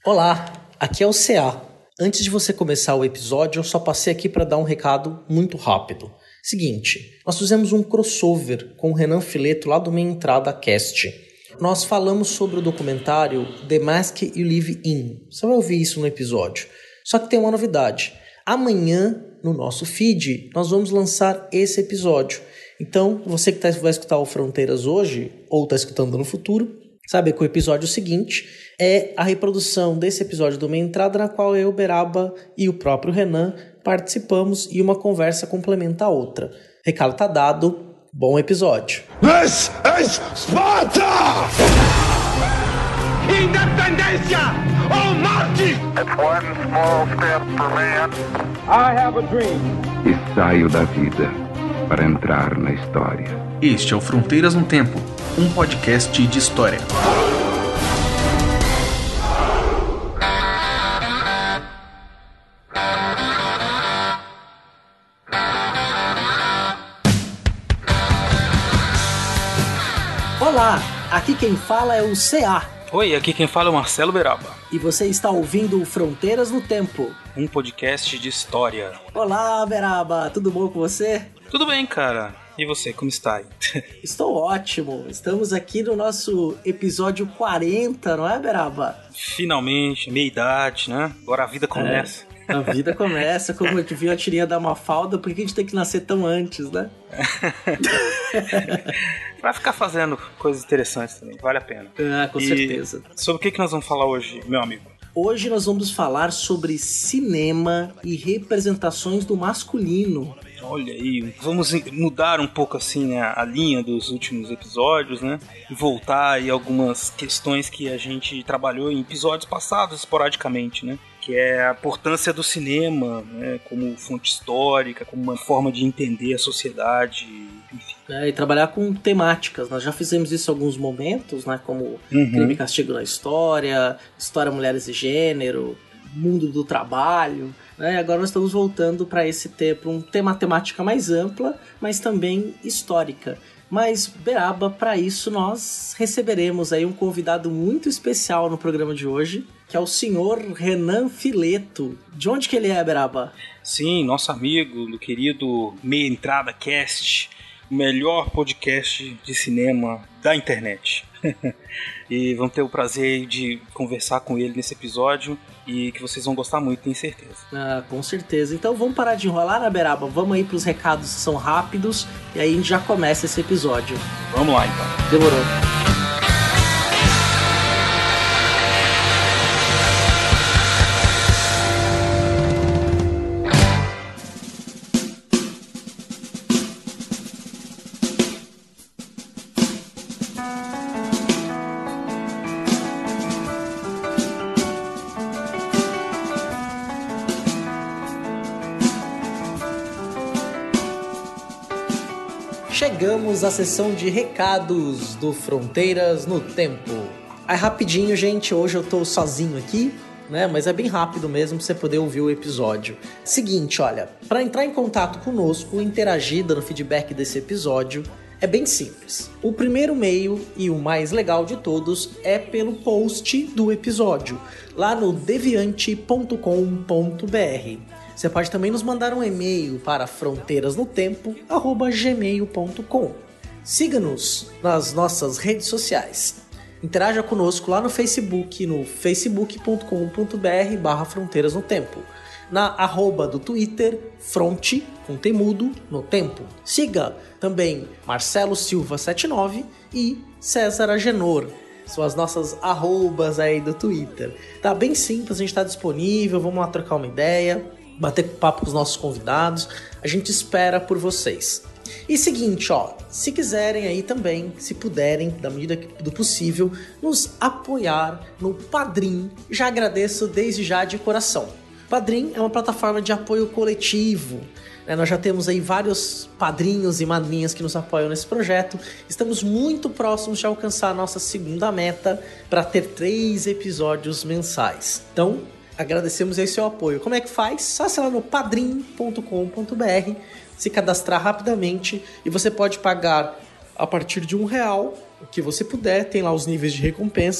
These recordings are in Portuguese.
Olá, aqui é o CA. Antes de você começar o episódio, eu só passei aqui para dar um recado muito rápido. Seguinte, nós fizemos um crossover com o Renan Fileto lá do Minha Entrada Cast. Nós falamos sobre o documentário The Mask You Live In. Você vai ouvir isso no episódio. Só que tem uma novidade. Amanhã, no nosso feed, nós vamos lançar esse episódio. Então, você que vai escutar o Fronteiras hoje, ou está escutando no futuro, sabe que o episódio seguinte é a reprodução desse episódio do Minha Entrada, na qual eu, Beraba e o próprio Renan participamos e uma conversa complementa a outra. Recado tá dado, bom episódio. This is Sparta! Independência ou morte! It's one small step for man. I have a dream. E saio da vida para entrar na história. Este é o Fronteiras no Tempo, um podcast de história. Olá, aqui quem fala é o CA. Oi, aqui quem fala é o Marcelo Beraba. E você está ouvindo Fronteiras no Tempo, um podcast de história. Olá, Beraba, tudo bom com você? Tudo bem, cara. E você, como está aí? Estou ótimo. Estamos aqui no nosso episódio 40, não é, Beraba? Finalmente, meia idade, né? Agora a vida começa. A vida começa, como eu vi a tirinha da Mafalda, por que a gente tem que nascer tão antes, né? Vai ficar fazendo coisas interessantes também, vale a pena. Com certeza. Sobre o que nós vamos falar hoje, meu amigo? Hoje nós vamos falar sobre cinema e representações do masculino. Olha aí, vamos mudar um pouco assim, né, a linha dos últimos episódios, né? E voltar aí algumas questões que a gente trabalhou em episódios passados esporadicamente, né? Que é a importância do cinema, né, como fonte histórica, como uma forma de entender a sociedade, enfim. E trabalhar com temáticas. Nós já fizemos isso em alguns momentos, né, como Crime e Castigo na História, História, Mulheres e Gênero, Mundo do Trabalho, né? Agora nós estamos voltando para um tema temática mais ampla, mas também histórica. Mas, Beraba, para isso nós receberemos aí um convidado muito especial no programa de hoje, que é o senhor Renan Fileto. De onde que ele é, Beraba? Sim, nosso amigo do querido Meia Entrada Cast, o melhor podcast de cinema da internet. E vamos ter o prazer de conversar com ele nesse episódio e que vocês vão gostar muito, tenho certeza. Com certeza. Então vamos parar de enrolar, né, Beraba? Vamos aí pros recados que são rápidos e aí a gente já começa esse episódio. Vamos lá, então. Demorou. Chegamos à sessão de recados do Fronteiras no Tempo. Aí rapidinho, gente, hoje eu tô sozinho aqui, né? Mas é bem rápido mesmo pra você poder ouvir o episódio. Seguinte, olha, para entrar em contato conosco, interagir dando feedback desse episódio, é bem simples. O primeiro meio e o mais legal de todos é pelo post do episódio, lá no deviante.com.br. Você pode também nos mandar um e-mail para fronteirasnotempo@gmail.com. Siga-nos nas nossas redes sociais. Interaja conosco lá no Facebook, no facebook.com.br/fronteirasnotempo. Na @ do Twitter, fronte, com temudo, no tempo. Siga também Marcelo Silva 79 e César Agenor. São as nossas arrobas aí do Twitter. Tá bem simples, a gente tá disponível, vamos lá trocar uma ideia, bater papo com os nossos convidados, a gente espera por vocês. E seguinte, ó, se quiserem aí também, se puderem, da medida do possível, nos apoiar no Padrim, já agradeço desde já de coração. Padrim é uma plataforma de apoio coletivo, né? Nós já temos aí vários padrinhos e madrinhas que nos apoiam nesse projeto. Estamos muito próximos de alcançar a nossa segunda meta para ter 3 episódios mensais. Então, agradecemos aí seu apoio. Como é que faz? Só sei lá no padrim.com.br, se cadastrar rapidamente e você pode pagar a partir de R$1, o que você puder. Tem lá os níveis de recompensa.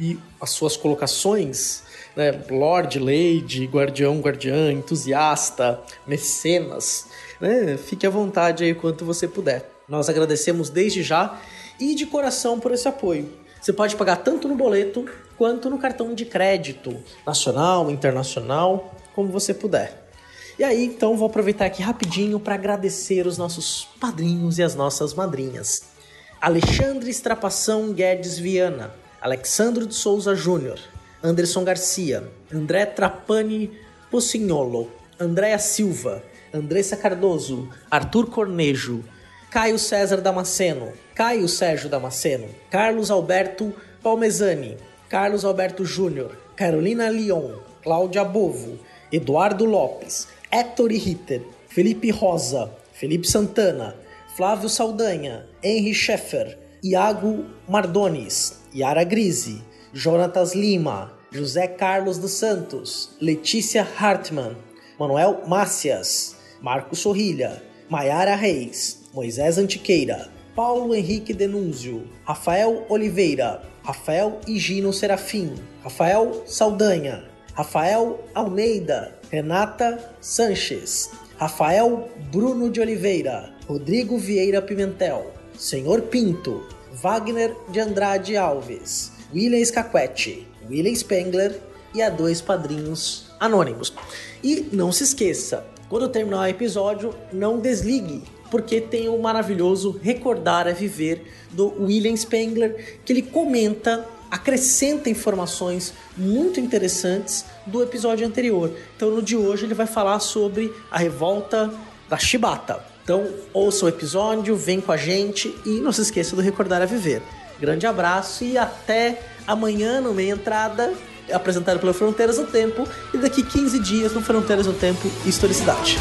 e as suas colocações, né? Lorde, Lady, Guardião, Guardiã, Entusiasta, Mecenas, né? Fique à vontade aí quanto você puder. Nós agradecemos desde já e de coração por esse apoio. Você pode pagar tanto no boleto quanto no cartão de crédito, nacional, internacional, como você puder. E aí, então, vou aproveitar aqui rapidinho para agradecer os nossos padrinhos e as nossas madrinhas. Alexandre Estrapação Guedes Viana, Alexandro de Souza Júnior, Anderson Garcia, André Trapani Pocignolo, Andréa Silva, Andressa Cardoso, Arthur Cornejo, Caio César Damasceno, Caio Sérgio Damasceno, Carlos Alberto Palmezani, Carlos Alberto Júnior, Carolina Leon, Cláudia Bovo, Eduardo Lopes, Héctor Ritter, Felipe Rosa, Felipe Santana, Flávio Saldanha, Henry Scheffer, Iago Mardones, Yara Grise, Jonatas Lima, José Carlos dos Santos, Letícia Hartmann, Manuel Mácias, Marcos Sorrilha, Maiara Reis, Moisés Antiqueira, Paulo Henrique Denúnzio, Rafael Oliveira, Rafael Higino Serafim, Rafael Saldanha, Rafael Almeida, Renata Sanches, Rafael Bruno de Oliveira, Rodrigo Vieira Pimentel, Senhor Pinto, Wagner de Andrade Alves, William Scaquetti, William Spengler e a 2 padrinhos anônimos. E não se esqueça, quando terminar o episódio, não desligue, porque tem o maravilhoso Recordar é Viver do William Spengler, que ele comenta, acrescenta informações muito interessantes do episódio anterior. Então no de hoje ele vai falar sobre a revolta da Chibata. Então ouça o episódio, vem com a gente e não se esqueça do Recordar é Viver. Grande abraço e até amanhã no Meia Entrada, apresentado pelo Fronteiras no Tempo, e daqui 15 dias no Fronteiras no Tempo Historicidade.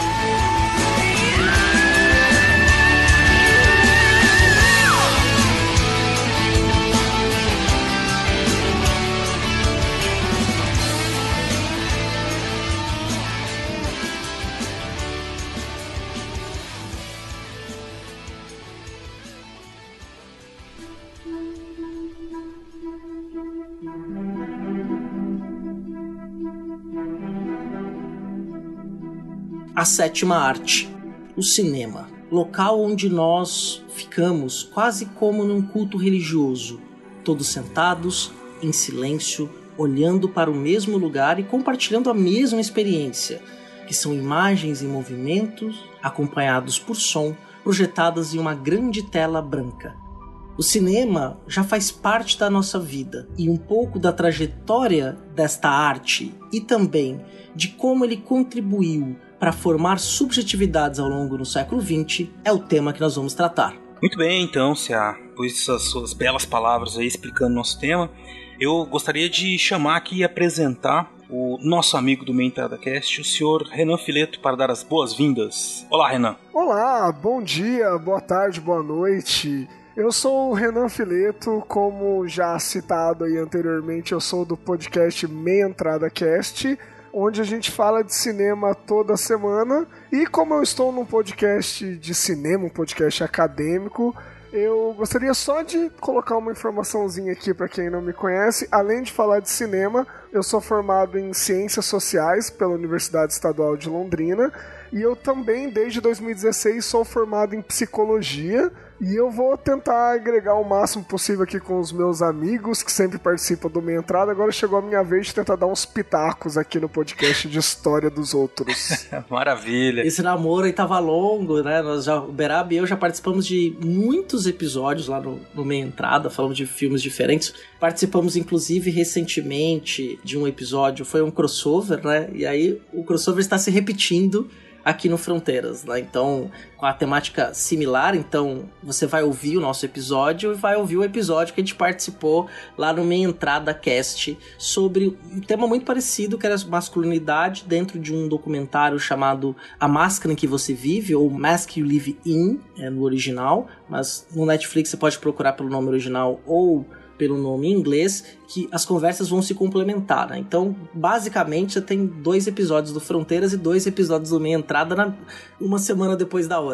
A sétima arte, o cinema, local onde nós ficamos quase como num culto religioso, todos sentados, em silêncio, olhando para o mesmo lugar e compartilhando a mesma experiência, que são imagens em movimentos, acompanhados por som, projetadas em uma grande tela branca. O cinema já faz parte da nossa vida e um pouco da trajetória desta arte e também de como ele contribuiu para formar subjetividades ao longo do século XX é o tema que nós vamos tratar. Muito bem, então, Cia, depois dessas suas belas palavras aí explicando nosso tema, eu gostaria de chamar aqui e apresentar o nosso amigo do Meia Entrada Cast, o senhor Renan Fileto, para dar as boas-vindas. Olá, Renan. Olá, bom dia, boa tarde, boa noite. Eu sou o Renan Fileto, como já citado aí anteriormente, eu sou do podcast Meia Entrada Cast, onde a gente fala de cinema toda semana. E como eu estou num podcast de cinema, um podcast acadêmico, eu gostaria só de colocar uma informaçãozinha aqui para quem não me conhece. Além de falar de cinema, eu sou formado em Ciências Sociais pela Universidade Estadual de Londrina. E eu também, desde 2016, sou formado em Psicologia. E eu vou tentar agregar o máximo possível aqui com os meus amigos que sempre participam do Meia Entrada. Agora chegou a minha vez de tentar dar uns pitacos aqui no podcast de história dos outros. Maravilha. Esse namoro aí tava longo, né? O Beraba e eu já participamos de muitos episódios lá no Meia Entrada, falando de filmes diferentes. Participamos, inclusive, recentemente de um episódio, foi um crossover, né? E aí o crossover está se repetindo aqui no Fronteiras, né? Então, com a temática similar, então você vai ouvir o nosso episódio e vai ouvir o episódio que a gente participou lá no Meia Entrada Cast sobre um tema muito parecido, que era a masculinidade dentro de um documentário chamado A Máscara em que Você Vive, ou Mask You Live In, no original, mas no Netflix você pode procurar pelo nome original ou pelo nome em inglês, que as conversas vão se complementar, né? Então, basicamente, você tem 2 episódios do Fronteiras e 2 episódios do Meia Entrada uma semana depois da outra.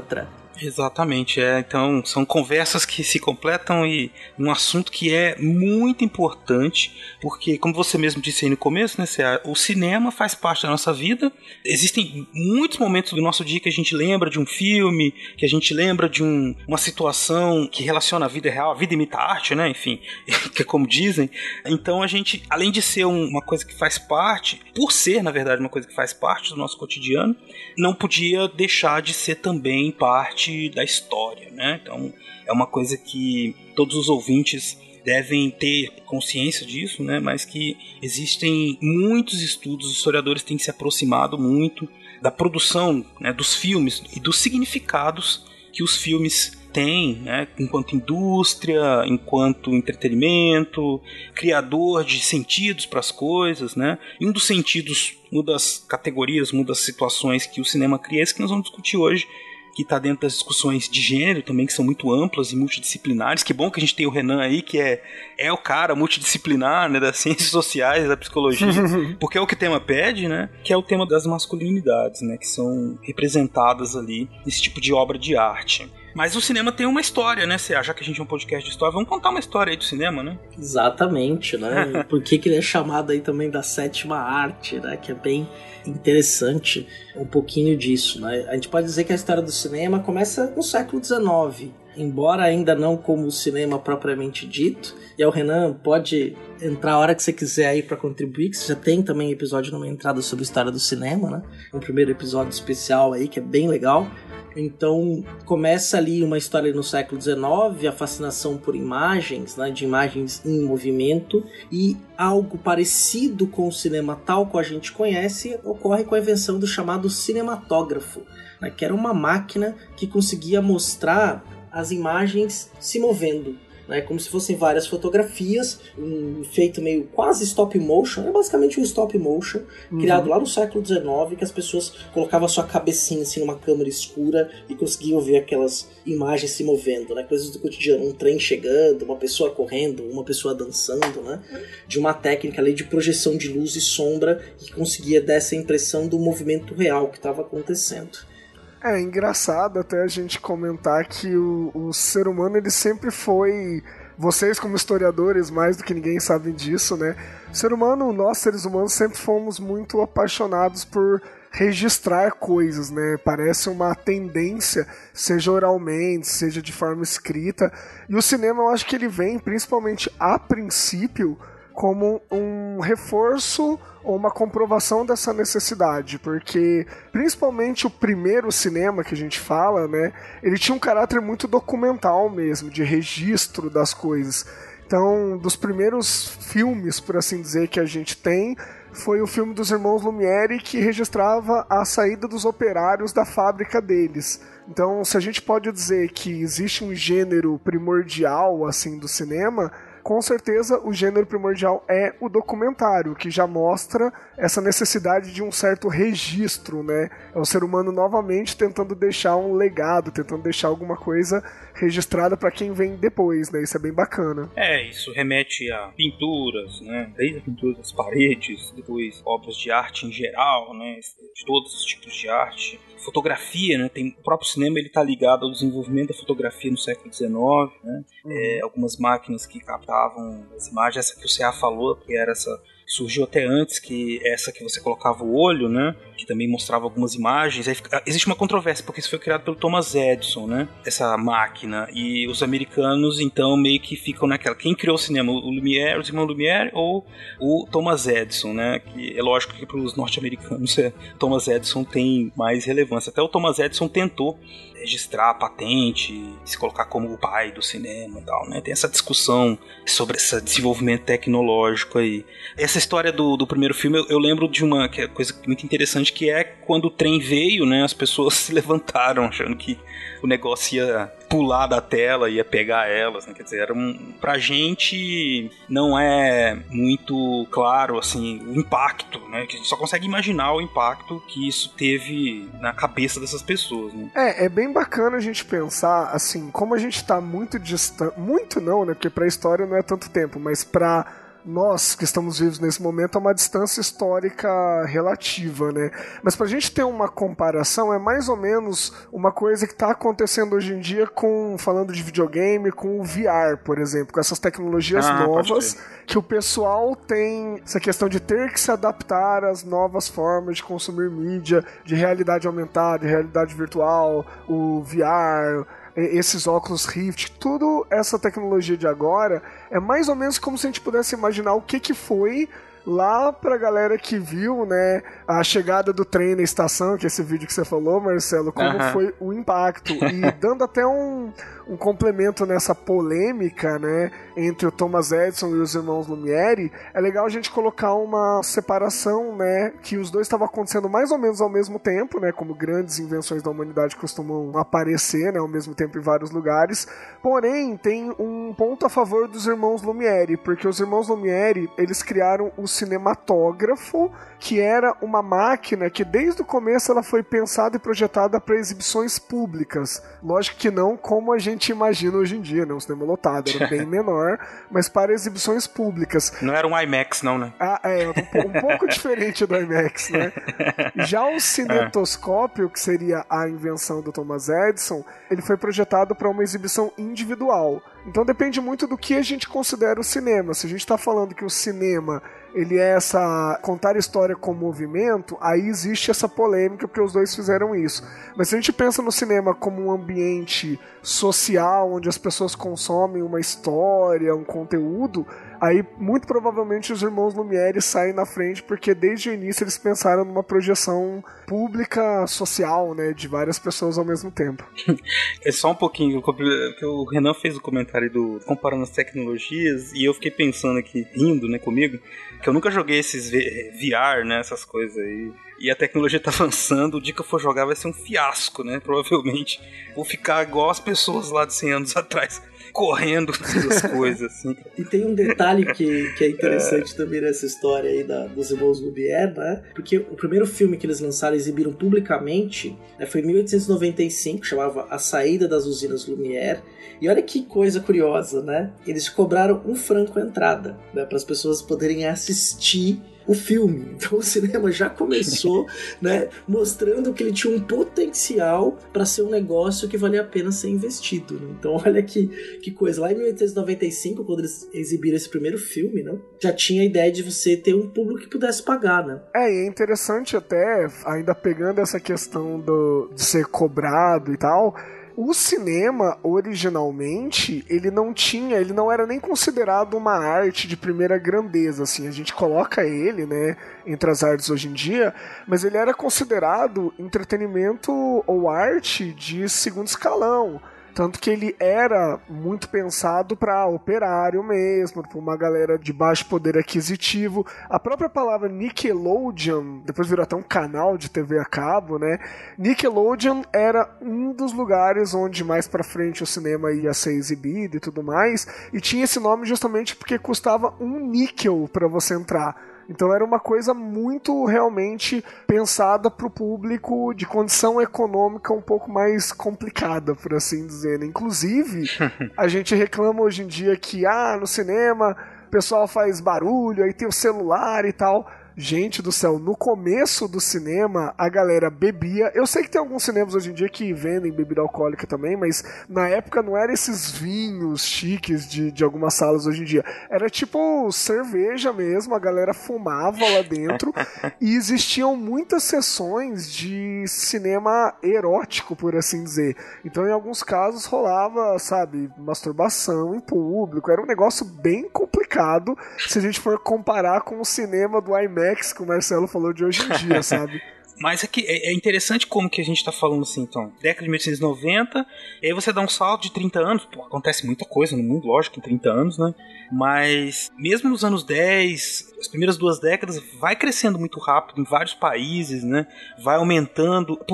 Exatamente, então são conversas que se completam e um assunto que é muito importante, porque como você mesmo disse aí no começo, né, o cinema faz parte da nossa vida. Existem muitos momentos do nosso dia que a gente lembra de um filme, que a gente lembra de uma situação que relaciona a vida real, a vida imita a arte, né, enfim, que é como dizem. Então a gente, além de ser uma coisa que faz parte, por ser na verdade uma coisa que faz parte do nosso cotidiano, não podia deixar de ser também parte da história, né? Então é uma coisa que todos os ouvintes devem ter consciência disso, né? Mas que existem muitos estudos, os historiadores têm se aproximado muito da produção, né, dos filmes e dos significados que os filmes têm, né, enquanto indústria, enquanto entretenimento, criador de sentidos para as coisas, né? E um dos sentidos, uma das categorias, uma das situações que o cinema cria, é isso que nós vamos discutir hoje, que está dentro das discussões de gênero também, que são muito amplas e multidisciplinares. Que bom que a gente tem o Renan aí, que é o cara multidisciplinar, né, das ciências sociais, da psicologia, porque é o que o tema pede, né, que é o tema das masculinidades, né, que são representadas ali nesse tipo de obra de arte. Mas o cinema tem uma história, né, Cê? Já que a gente é um podcast de história, vamos contar uma história aí do cinema, né? Exatamente, né? Por que ele é chamado aí também da sétima arte, né? Que é bem interessante um pouquinho disso, né? A gente pode dizer que a história do cinema começa no século XIX, embora ainda não como o cinema propriamente dito. E o Renan pode entrar a hora que você quiser aí para contribuir, que você já tem também episódio numa entrada sobre a história do cinema, né? Um primeiro episódio especial aí que é bem legal. Então começa ali uma história no século XIX, a fascinação por imagens, né, de imagens em movimento, e algo parecido com o cinema tal qual a gente conhece ocorre com a invenção do chamado cinematógrafo, né, que era uma máquina que conseguia mostrar as imagens se movendo, né, como se fossem várias fotografias, um efeito meio quase stop motion, é basicamente um stop motion, criado lá no século XIX, que as pessoas colocavam a sua cabecinha assim numa câmera escura e conseguiam ver aquelas imagens se movendo, né, coisas do cotidiano, um trem chegando, uma pessoa correndo, uma pessoa dançando, né, de uma técnica ali de projeção de luz e sombra que conseguia dar essa impressão do movimento real que estava acontecendo. É engraçado até a gente comentar que o ser humano ele sempre foi, vocês como historiadores mais do que ninguém sabem disso, né? O ser humano, nós seres humanos sempre fomos muito apaixonados por registrar coisas, né? Parece uma tendência, seja oralmente, seja de forma escrita. E o cinema eu acho que ele vem principalmente a princípio como um reforço ou uma comprovação dessa necessidade, porque principalmente o primeiro cinema que a gente fala, né, ele tinha um caráter muito documental mesmo, de registro das coisas. Então, dos primeiros filmes, por assim dizer, que a gente tem, foi o filme dos irmãos Lumière, que registrava a saída dos operários da fábrica deles. Então, se a gente pode dizer que existe um gênero primordial assim do cinema, com certeza o gênero primordial é o documentário, que já mostra essa necessidade de um certo registro, né? É o ser humano novamente tentando deixar um legado, tentando deixar alguma coisa registrada para quem vem depois, né? Isso é bem bacana. Isso remete a pinturas, né? Desde a pintura das paredes, depois obras de arte em geral, né? De todos os tipos de arte. Fotografia, né? O próprio cinema ele está ligado ao desenvolvimento da fotografia no século XIX, né? Algumas máquinas que captavam as imagens, essa que o C.A. falou, que era essa surgiu até antes, que essa que você colocava o olho, né, que também mostrava algumas imagens. Aí existe uma controvérsia, porque isso foi criado pelo Thomas Edison, né, essa máquina, e os americanos então meio que ficam naquela, quem criou o cinema, o Lumière, os irmãos Lumière ou o Thomas Edison, né, que é lógico que para os norte-americanos Thomas Edison tem mais relevância. Até o Thomas Edison tentou registrar a patente, se colocar como o pai do cinema e tal, né? Tem essa discussão sobre esse desenvolvimento tecnológico aí. Essa história do primeiro filme, eu lembro de uma que é coisa muito interessante, que é quando o trem veio, né? As pessoas se levantaram achando que o negócio ia pular da tela, ia pegar elas, né? Quer dizer, pra gente não é muito claro, assim, o impacto, né? Que a gente só consegue imaginar o impacto que isso teve na cabeça dessas pessoas, né? É bem bacana a gente pensar, assim, como a gente tá muito distante, muito não, né? Porque pra história não é tanto tempo, mas pra nós que estamos vivos nesse momento, é uma distância histórica relativa, né? Mas pra gente ter uma comparação, é mais ou menos uma coisa que tá acontecendo hoje em dia falando de videogame, com o VR, por exemplo, com essas tecnologias novas, que o pessoal tem essa questão de ter que se adaptar às novas formas de consumir mídia, de realidade aumentada, de realidade virtual, o VR, esses óculos Rift, tudo essa tecnologia de agora é mais ou menos como se a gente pudesse imaginar o que foi lá pra galera que viu, né, a chegada do trem na estação, que é esse vídeo que você falou, Marcelo, como foi o impacto. E dando até um complemento nessa polêmica, né, entre o Thomas Edison e os irmãos Lumière, é legal a gente colocar uma separação, né, que os dois estavam acontecendo mais ou menos ao mesmo tempo, né, como grandes invenções da humanidade costumam aparecer, né, ao mesmo tempo em vários lugares. Porém, tem um ponto a favor dos irmãos Lumière, porque os irmãos Lumière, eles criaram o cinematógrafo, que era uma máquina que desde o começo ela foi pensada e projetada para exibições públicas. Lógico que não como a gente imagina hoje em dia, né? Um cinema lotado, era bem menor, mas para exibições públicas. Não era um IMAX não, né? Um pouco diferente do IMAX, né? Já o cinetoscópio, que seria a invenção do Thomas Edison, ele foi projetado para uma exibição individual. Então depende muito do que a gente considera o cinema. Se a gente está falando que o cinema ele é contar história com movimento, aí existe essa polêmica porque os dois fizeram isso. Mas se a gente pensa no cinema como um ambiente social, onde as pessoas consomem uma história, um conteúdo, aí muito provavelmente os irmãos Lumière saem na frente, porque desde o início eles pensaram numa projeção pública, social, né, de várias pessoas ao mesmo tempo. É só um pouquinho, porque o Renan fez o comentário comparando as tecnologias, e eu fiquei pensando aqui, rindo, né, comigo, que eu nunca joguei esses VR, né, essas coisas aí. E a tecnologia tá avançando, o dia que eu for jogar vai ser um fiasco, né? Provavelmente vou ficar igual as pessoas lá de 100 anos atrás, correndo das coisas, assim. E tem um detalhe que é interessante também nessa história aí dos irmãos Lumière, né? Porque o primeiro filme que eles lançaram e exibiram publicamente, né, foi em 1895, chamava A Saída das Usinas Lumière. E olha que coisa curiosa, né? Eles cobraram R$1 a entrada, né, para as pessoas poderem assistir o filme. Então o cinema já começou, né, mostrando que ele tinha um potencial para ser um negócio que valia a pena ser investido, né? Então olha que coisa. Lá em 1895, quando eles exibiram esse primeiro filme, né, já tinha a ideia de você ter um público que pudesse pagar, né? E é interessante até, ainda pegando essa questão de ser cobrado e tal, o cinema, originalmente, ele não era nem considerado uma arte de primeira grandeza, assim, a gente coloca ele, né, entre as artes hoje em dia, mas ele era considerado entretenimento ou arte de segundo escalão. Tanto que ele era muito pensado para operário mesmo, para uma galera de baixo poder aquisitivo. A própria palavra Nickelodeon, depois virou até um canal de TV a cabo, né? Nickelodeon era um dos lugares onde mais para frente o cinema ia ser exibido e tudo mais, e tinha esse nome justamente porque custava $1 níquel para você entrar. Então era uma coisa muito realmente pensada para o público de condição econômica um pouco mais complicada, por assim dizer, né? Inclusive, a gente reclama hoje em dia que no cinema o pessoal faz barulho, aí tem o celular e tal. Gente do céu, no começo do cinema a galera bebia. Eu sei que tem alguns cinemas hoje em dia que vendem bebida alcoólica também, mas na época não era esses vinhos chiques de algumas salas hoje em dia. Era tipo cerveja mesmo, a galera fumava lá dentro e existiam muitas sessões de cinema erótico, por assim dizer. Então em alguns casos rolava, sabe, masturbação em público. Era um negócio bem complicado se a gente for comparar com o cinema do IMAX que o Marcelo falou de hoje em dia, sabe? Mas é interessante como que a gente tá falando assim, então, década de 1890, e aí você dá um salto de 30 anos, pô, acontece muita coisa no mundo, lógico, em 30 anos, né? Mas mesmo nos anos 10, as primeiras 2 décadas, vai crescendo muito rápido em vários países, né? Vai aumentando, porque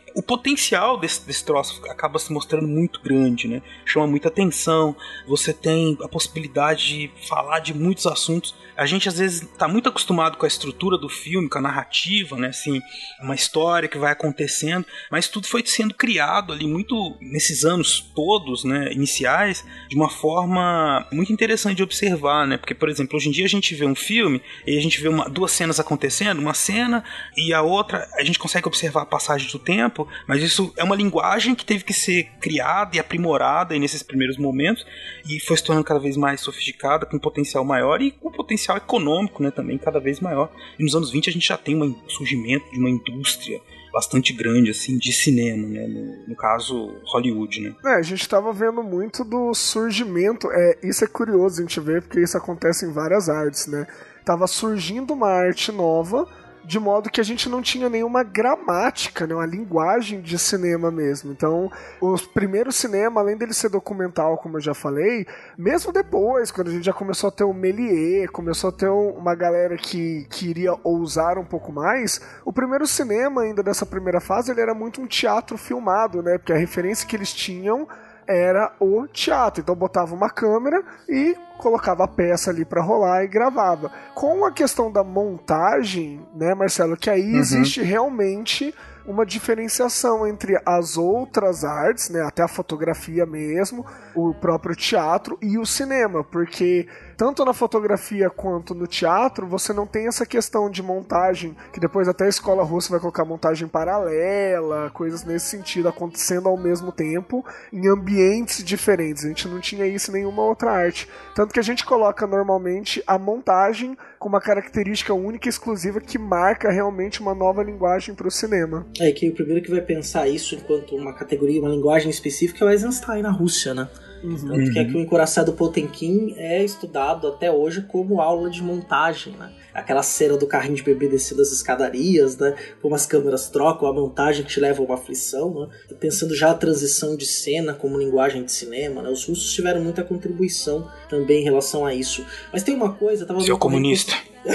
o potencial desse troço acaba se mostrando muito grande, né? Chama muita atenção, você tem a possibilidade de falar de muitos assuntos. A gente às vezes tá muito acostumado com a estrutura do filme, com a narrativa, né? Assim, uma história que vai acontecendo, mas tudo foi sendo criado ali muito nesses anos todos, né, iniciais, de uma forma muito interessante de observar, né? Porque, por exemplo, hoje em dia a gente vê um filme e a gente vê duas cenas acontecendo, uma cena e a outra, a gente consegue observar a passagem do tempo, mas isso é uma linguagem que teve que ser criada e aprimorada aí nesses primeiros momentos e foi se tornando cada vez mais sofisticada, com um potencial maior e com um potencial econômico, né, também cada vez maior. E nos anos 20 a gente já tem um surgimento de uma indústria bastante grande, assim, de cinema, né? No caso, Hollywood, né? A gente tava vendo muito do surgimento, isso é curioso a gente ver, porque isso acontece em várias artes, né? Tava surgindo uma arte nova, de modo que a gente não tinha nenhuma gramática, né, uma linguagem de cinema mesmo. Então, o primeiro cinema, além dele ser documental, como eu já falei, mesmo depois, quando a gente já começou a ter o Méliès, começou a ter uma galera que queria ousar um pouco mais, o primeiro cinema, ainda dessa primeira fase, ele era muito um teatro filmado, né, porque a referência que eles tinham era o teatro. Então botava uma câmera e colocava a peça ali pra rolar e gravava. Com a questão da montagem, né, Marcelo, que aí existe realmente uma diferenciação entre as outras artes, né, até a fotografia mesmo, o próprio teatro e o cinema, porque tanto na fotografia quanto no teatro você não tem essa questão de montagem, que depois até a escola russa vai colocar montagem paralela, coisas nesse sentido acontecendo ao mesmo tempo em ambientes diferentes. A gente não tinha isso em nenhuma outra arte. Tanto que a gente coloca normalmente a montagem com uma característica única e exclusiva que marca realmente uma nova linguagem para o cinema. É que o primeiro que vai pensar isso enquanto uma categoria, uma linguagem específica é o Eisenstein na Rússia, né? Tanto que é que o Encoraçado Potemkin é estudado até hoje como aula de montagem, né? Aquela cena do carrinho de bebê descendo as escadarias, né? Como as câmeras trocam, a montagem que te leva a uma aflição, né? Pensando já a transição de cena como linguagem de cinema, né? Os russos tiveram muita contribuição também em relação a isso. Mas tem uma coisa... Seu comunista.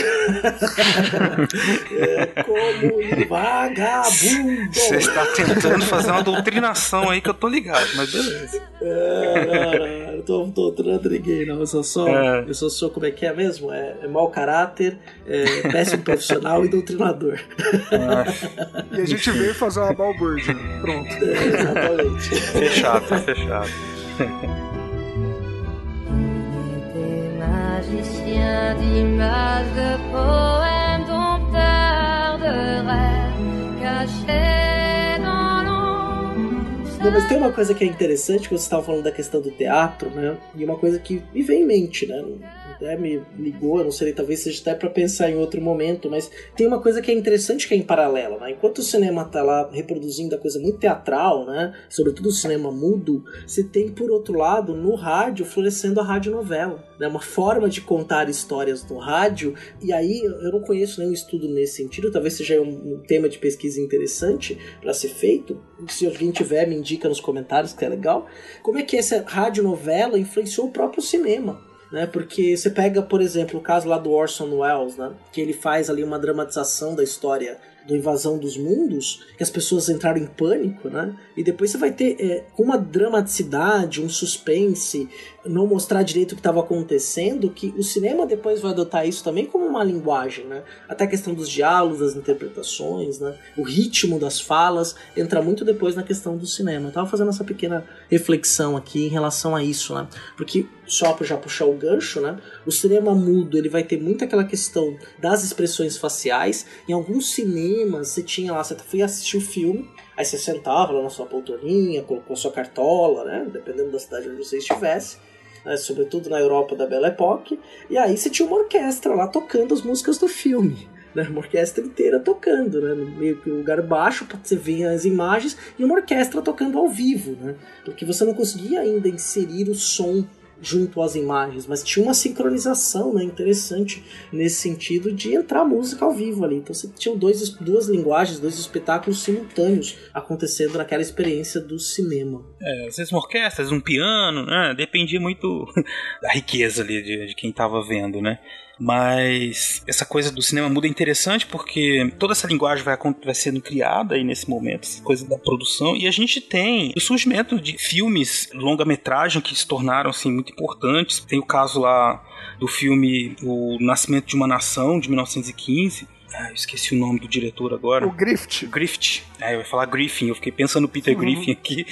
Como vagabundo. Você está tentando fazer uma doutrinação aí que eu tô ligado, mas beleza. Eu tô doutrinando ninguém, não. Eu só sou, como é que é mesmo? É mau caráter, péssimo profissional e doutrinador. E a gente veio fazer uma balbúrdia. Pronto. Exatamente. Fechado, tá fechado. Magicien d'images, de poèmes, dompteurs de rêves cachés dans l'ombre. Não, mas tem uma coisa que é interessante, que você estava falando da questão do teatro, né? E uma coisa que me vem em mente, né? Me ligou, eu não sei, talvez seja até para pensar em outro momento, mas tem uma coisa que é interessante que é em paralelo, né? Enquanto o cinema tá lá reproduzindo a coisa muito teatral, né? Sobretudo o cinema mudo, você tem, por outro lado, no rádio, florescendo a radionovela, né? Uma forma de contar histórias no rádio, e aí eu não conheço nenhum estudo nesse sentido, talvez seja um tema de pesquisa interessante para ser feito. Se alguém tiver, me indica nos comentários, que é legal. Como é que essa radionovela influenciou o próprio cinema? Né, porque você pega, por exemplo, o caso lá do Orson Welles, né, que ele faz ali uma dramatização da história da invasão dos mundos, que as pessoas entraram em pânico, né? E depois você vai ter uma dramaticidade, um suspense, não mostrar direito o que estava acontecendo, que o cinema depois vai adotar isso também como uma linguagem, né? Até a questão dos diálogos, das interpretações, né? O ritmo das falas entra muito depois na questão do cinema. Eu tava fazendo essa pequena reflexão aqui em relação a isso, né? Porque, só para já puxar o gancho, né? O cinema mudo, ele vai ter muito aquela questão das expressões faciais. Em alguns cinemas, você tinha lá, você foi assistir o filme, aí você sentava lá na sua poltroninha, colocou a sua cartola, né? Dependendo da cidade onde você estivesse, né? Sobretudo na Europa da Belle Époque, e aí você tinha uma orquestra lá tocando as músicas do filme, né? Uma orquestra inteira tocando, né? No meio que um lugar baixo, para você ver as imagens, e uma orquestra tocando ao vivo, né? Porque você não conseguia ainda inserir o som junto às imagens, mas tinha uma sincronização, né, interessante nesse sentido de entrar música ao vivo ali. Então você tinha duas linguagens, dois espetáculos simultâneos acontecendo naquela experiência do cinema. Às vezes uma orquestra, às vezes um piano, né? Dependia muito da riqueza ali de quem estava vendo, né? Mas essa coisa do cinema mudo é interessante porque toda essa linguagem vai sendo criada aí nesse momento, essa coisa da produção, e a gente tem o surgimento de filmes longa-metragem que se tornaram assim, muito importantes. Tem o caso lá do filme O Nascimento de uma Nação, de 1915. Eu esqueci o nome do diretor agora. O Griffith. Eu ia falar Griffin, eu fiquei pensando no Peter Griffin aqui,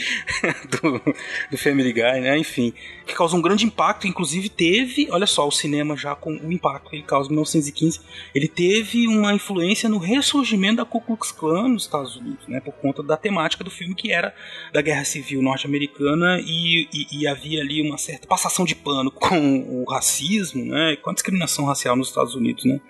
do Family Guy, né? Enfim, que causou um grande impacto, inclusive teve, olha só, o cinema já com o impacto que ele causa em 1915, ele teve uma influência no ressurgimento da Ku Klux Klan nos Estados Unidos, né? Por conta da temática do filme, que era da Guerra Civil norte-americana, e havia ali uma certa passação de pano com o racismo, né? Com a discriminação racial nos Estados Unidos, né?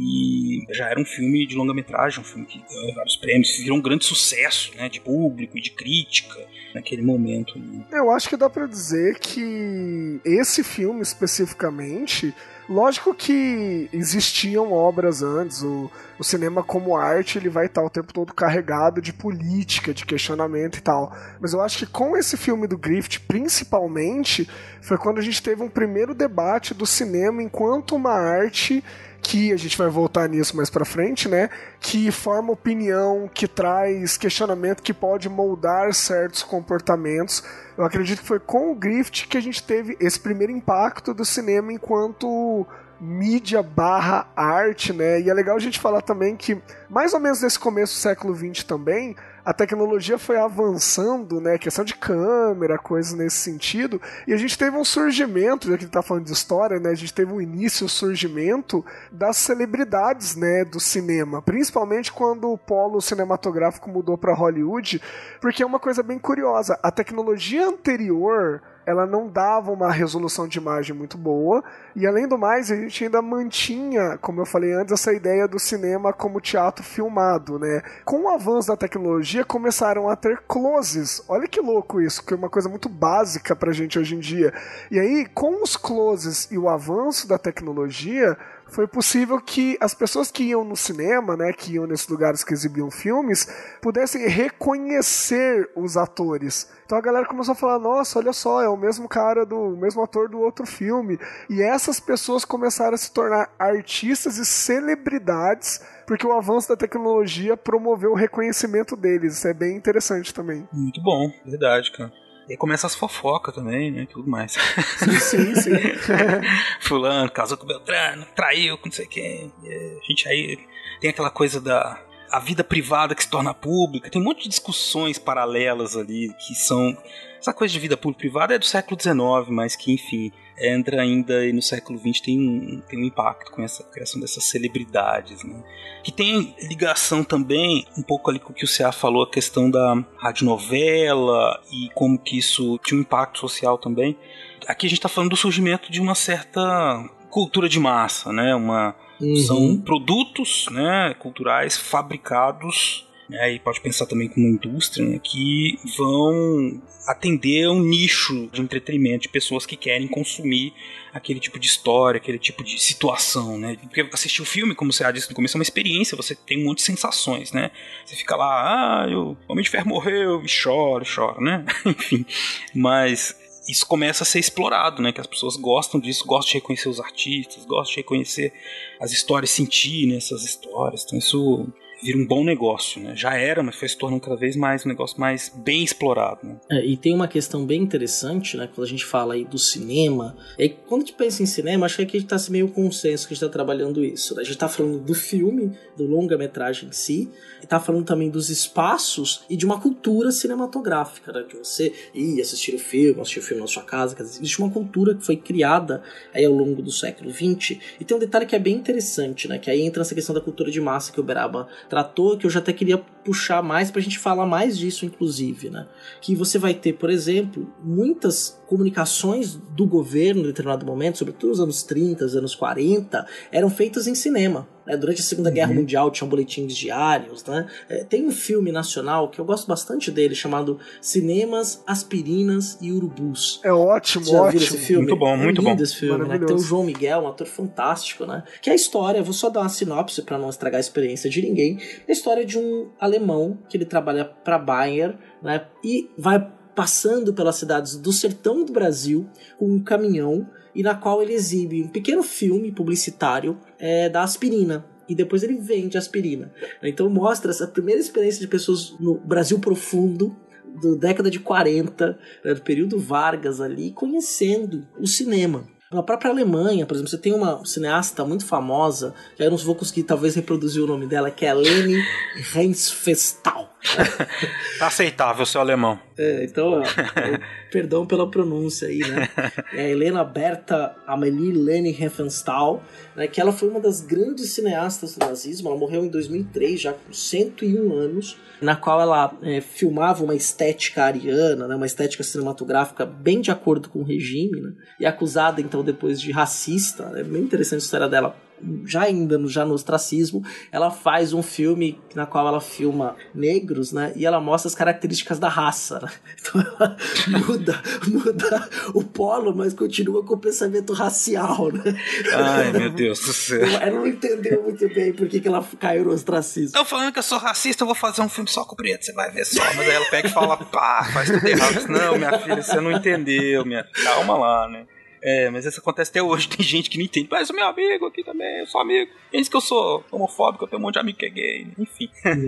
E já era um filme de longa-metragem, um filme que ganhou vários prêmios, virou um grande sucesso, né, de público e de crítica naquele momento. Eu acho que dá pra dizer que esse filme especificamente, lógico que existiam obras antes, o cinema como arte ele vai estar o tempo todo carregado de política, de questionamento e tal, mas eu acho que com esse filme do Griffith, principalmente, foi quando a gente teve um primeiro debate do cinema enquanto uma arte que a gente vai voltar nisso mais pra frente, né? Que forma opinião, que traz questionamento, que pode moldar certos comportamentos. Eu acredito que foi com o Griffith que a gente teve esse primeiro impacto do cinema enquanto mídia barra arte, né? E é legal a gente falar também que, mais ou menos nesse começo do século XX também, a tecnologia foi avançando, né? Questão de câmera, coisas nesse sentido, e a gente teve um surgimento, já que a gente tá falando de história, né? A gente teve um início, o surgimento das celebridades, né? Do cinema, principalmente quando o polo cinematográfico mudou para Hollywood, porque é uma coisa bem curiosa, a tecnologia anterior ela não dava uma resolução de imagem muito boa, e além do mais, a gente ainda mantinha, como eu falei antes, essa ideia do cinema como teatro filmado, né? Com o avanço da tecnologia, começaram a ter closes. Olha que louco isso, que é uma coisa muito básica pra gente hoje em dia. E aí, com os closes e o avanço da tecnologia, foi possível que as pessoas que iam no cinema, né, que iam nesses lugares que exibiam filmes, pudessem reconhecer os atores. Então a galera começou a falar, nossa, olha só, é o mesmo cara, o mesmo ator do outro filme. E essas pessoas começaram a se tornar artistas e celebridades, porque o avanço da tecnologia promoveu o reconhecimento deles. Isso é bem interessante também. Muito bom, verdade, cara. E aí começa as fofocas também, né? Tudo mais. Sim. Fulano casou com o Beltrano, traiu com não sei quem. A gente aí tem aquela coisa a vida privada que se torna pública. Tem um monte de discussões paralelas ali que são... Essa coisa de vida pública-privada é do século XIX, mas que, enfim, entra ainda e no século XX tem um impacto com essa criação dessas celebridades, né? Que tem ligação também, um pouco ali com o que o C.A. falou, a questão da radionovela e como que isso tinha um impacto social também. Aqui a gente está falando do surgimento de uma certa cultura de massa, né? São produtos, né, culturais fabricados, né, e pode pensar também como uma indústria, né, que vão atender a um nicho de entretenimento de pessoas que querem consumir aquele tipo de história, aquele tipo de situação, né? Porque assistir o filme, como você disse no começo, é uma experiência, você tem um monte de sensações, né? Você fica lá, o Homem de Ferro morreu, e chora, né? Enfim, mas isso começa a ser explorado, né? Que as pessoas gostam disso, gostam de reconhecer os artistas, gostam de reconhecer as histórias, sentir nessas histórias. Então isso vira um bom negócio, né? Já era, mas foi se tornando cada vez mais um negócio mais bem explorado, né? E tem uma questão bem interessante, né? Quando a gente fala aí do cinema, quando a gente pensa em cinema, acho que aqui a gente tá meio consenso que a gente tá trabalhando isso, né? A gente tá falando do filme, do longa-metragem em si, e tá falando também dos espaços e de uma cultura cinematográfica, né? Que você ia assistir o filme na sua casa, quer dizer, existe uma cultura que foi criada aí ao longo do século XX, e tem um detalhe que é bem interessante, né? Que aí entra essa questão da cultura de massa que o Beraba tratou, que eu já até queria puxar mais pra gente falar mais disso, inclusive, né? Que você vai ter, por exemplo, muitas comunicações do governo em determinado momento, sobretudo nos anos 30, anos 40, eram feitas em cinema. Durante a Segunda Guerra Mundial tinham boletins diários, né? Tem um filme nacional que eu gosto bastante dele, chamado Cinemas, Aspirinas e Urubus. É ótimo, Você já viu esse filme? Muito bom, muito bom. Esse filme, né? Tem o João Miguel, um ator fantástico, né? Que é a história, vou só dar uma sinopse para não estragar a experiência de ninguém, é a história de um alemão que ele trabalha para Bayer, né? E vai passando pelas cidades do sertão do Brasil com um caminhão, e na qual ele exibe um pequeno filme publicitário da aspirina. E depois ele vende aspirina. Então mostra essa primeira experiência de pessoas no Brasil profundo, da década de 40, do período Vargas ali, conhecendo o cinema. Na própria Alemanha, por exemplo, você tem uma cineasta muito famosa, que eu não vou conseguir talvez reproduzir o nome dela, que é a Leni Riefenstahl. Tá aceitável, seu alemão. Então, perdão pela pronúncia aí, né? É a Helena Berta Amelie Leni Riefenstahl, né, que ela foi uma das grandes cineastas do nazismo. Ela morreu em 2003, já com 101 anos, na qual ela filmava uma estética ariana, né, uma estética cinematográfica bem de acordo com o regime, né, e acusada então depois de racista. É bem interessante a história dela. Já no ostracismo, ela faz um filme na qual ela filma negros, né, e ela mostra as características da raça, né? Então ela muda o polo, mas continua com o pensamento racial, né? Ai, meu Deus do céu. Ela não entendeu muito bem por que ela caiu no ostracismo. Estão falando que eu sou racista, eu vou fazer um filme só com preto, você vai ver só. Mas aí ela pega e fala, pá, faz tudo errado. Não, minha filha, você não entendeu, calma lá, né? Mas isso acontece até hoje, tem gente que não entende. Mas eu sou meu amigo aqui também, eu sou amigo. Pensa que eu sou homofóbico, eu tenho um monte de amigo que é gay, enfim.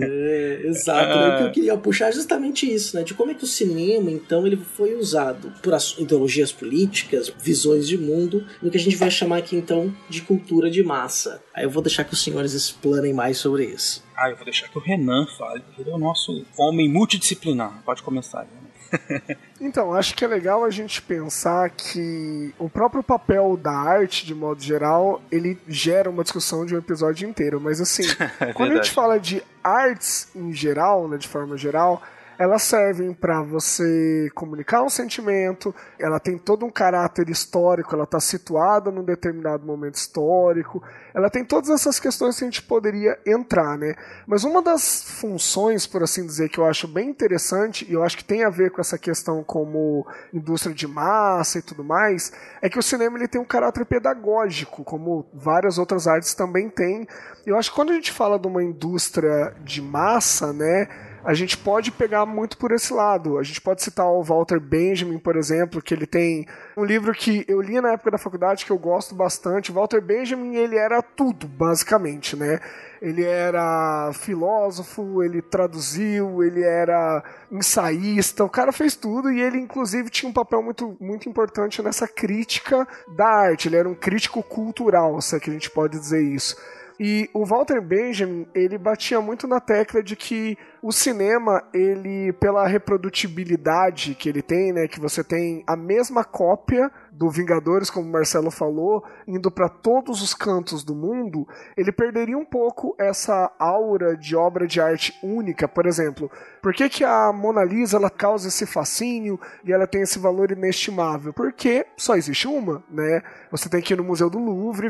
Exato, né? O que eu queria puxar é justamente isso, né? De como é que o cinema, então, ele foi usado por ideologias políticas, visões de mundo, no que a gente vai chamar aqui, então, de cultura de massa. Aí eu vou deixar que os senhores explanem mais sobre isso. Eu vou deixar que o Renan fale, porque ele é o nosso homem multidisciplinar. Pode começar, Renan. Então, acho que é legal a gente pensar que o próprio papel da arte, de modo geral, ele gera uma discussão de um episódio inteiro. Mas assim, quando a gente fala de artes em geral, né, de forma geral, elas servem para você comunicar um sentimento, ela tem todo um caráter histórico, ela está situada num determinado momento histórico, ela tem todas essas questões que a gente poderia entrar, né? Mas uma das funções, por assim dizer, que eu acho bem interessante, e eu acho que tem a ver com essa questão como indústria de massa e tudo mais, é que o cinema ele tem um caráter pedagógico, como várias outras artes também têm. Eu acho que quando a gente fala de uma indústria de massa, né, a gente pode pegar muito por esse lado. A gente pode citar o Walter Benjamin, por exemplo, que ele tem um livro que eu li na época da faculdade que eu gosto bastante. O Walter Benjamin, ele era tudo, basicamente, né? Ele era filósofo, ele traduziu, ele era ensaísta, o cara fez tudo e ele, inclusive, tinha um papel muito, muito importante nessa crítica da arte. Ele era um crítico cultural, se é que a gente pode dizer isso. E o Walter Benjamin, ele batia muito na tecla de que o cinema, ele, pela reprodutibilidade que ele tem, né, que você tem a mesma cópia do Vingadores, como o Marcelo falou, indo para todos os cantos do mundo, ele perderia um pouco essa aura de obra de arte única. Por exemplo, por que a Mona Lisa ela causa esse fascínio e ela tem esse valor inestimável? Porque só existe uma, né? Você tem que ir no Museu do Louvre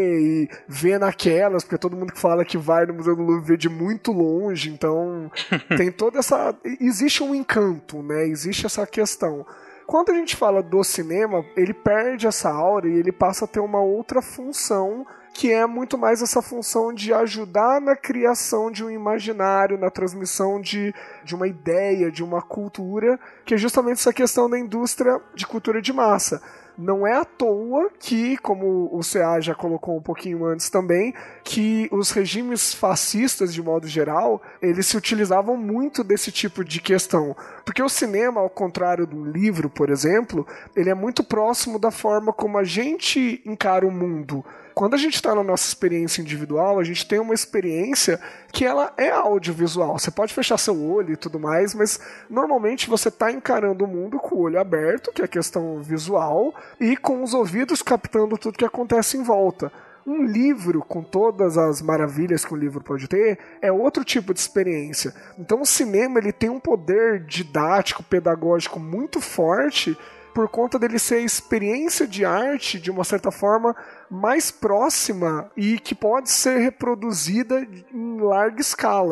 e ver naquelas, porque todo mundo que fala que vai no Museu do Louvre vê de muito longe, então tem toda essa... Existe um encanto, né? Existe essa questão. Quando a gente fala do cinema, ele perde essa aura e ele passa a ter uma outra função, que é muito mais essa função de ajudar na criação de um imaginário, na transmissão de uma ideia, de uma cultura, que é justamente essa questão da indústria de cultura de massa. Não é à toa que, como o CA já colocou um pouquinho antes também, que os regimes fascistas, de modo geral, eles se utilizavam muito desse tipo de questão. Porque o cinema, ao contrário do livro, por exemplo, ele é muito próximo da forma como a gente encara o mundo. Quando a gente está na nossa experiência individual, a gente tem uma experiência que ela é audiovisual. Você pode fechar seu olho e tudo mais, mas normalmente você está encarando o mundo com o olho aberto, que é a questão visual, e com os ouvidos captando tudo que acontece em volta. Um livro, com todas as maravilhas que um livro pode ter, é outro tipo de experiência. Então o cinema ele tem um poder didático, pedagógico muito forte, por conta dele ser a experiência de arte, de uma certa forma, mais próxima e que pode ser reproduzida em larga escala.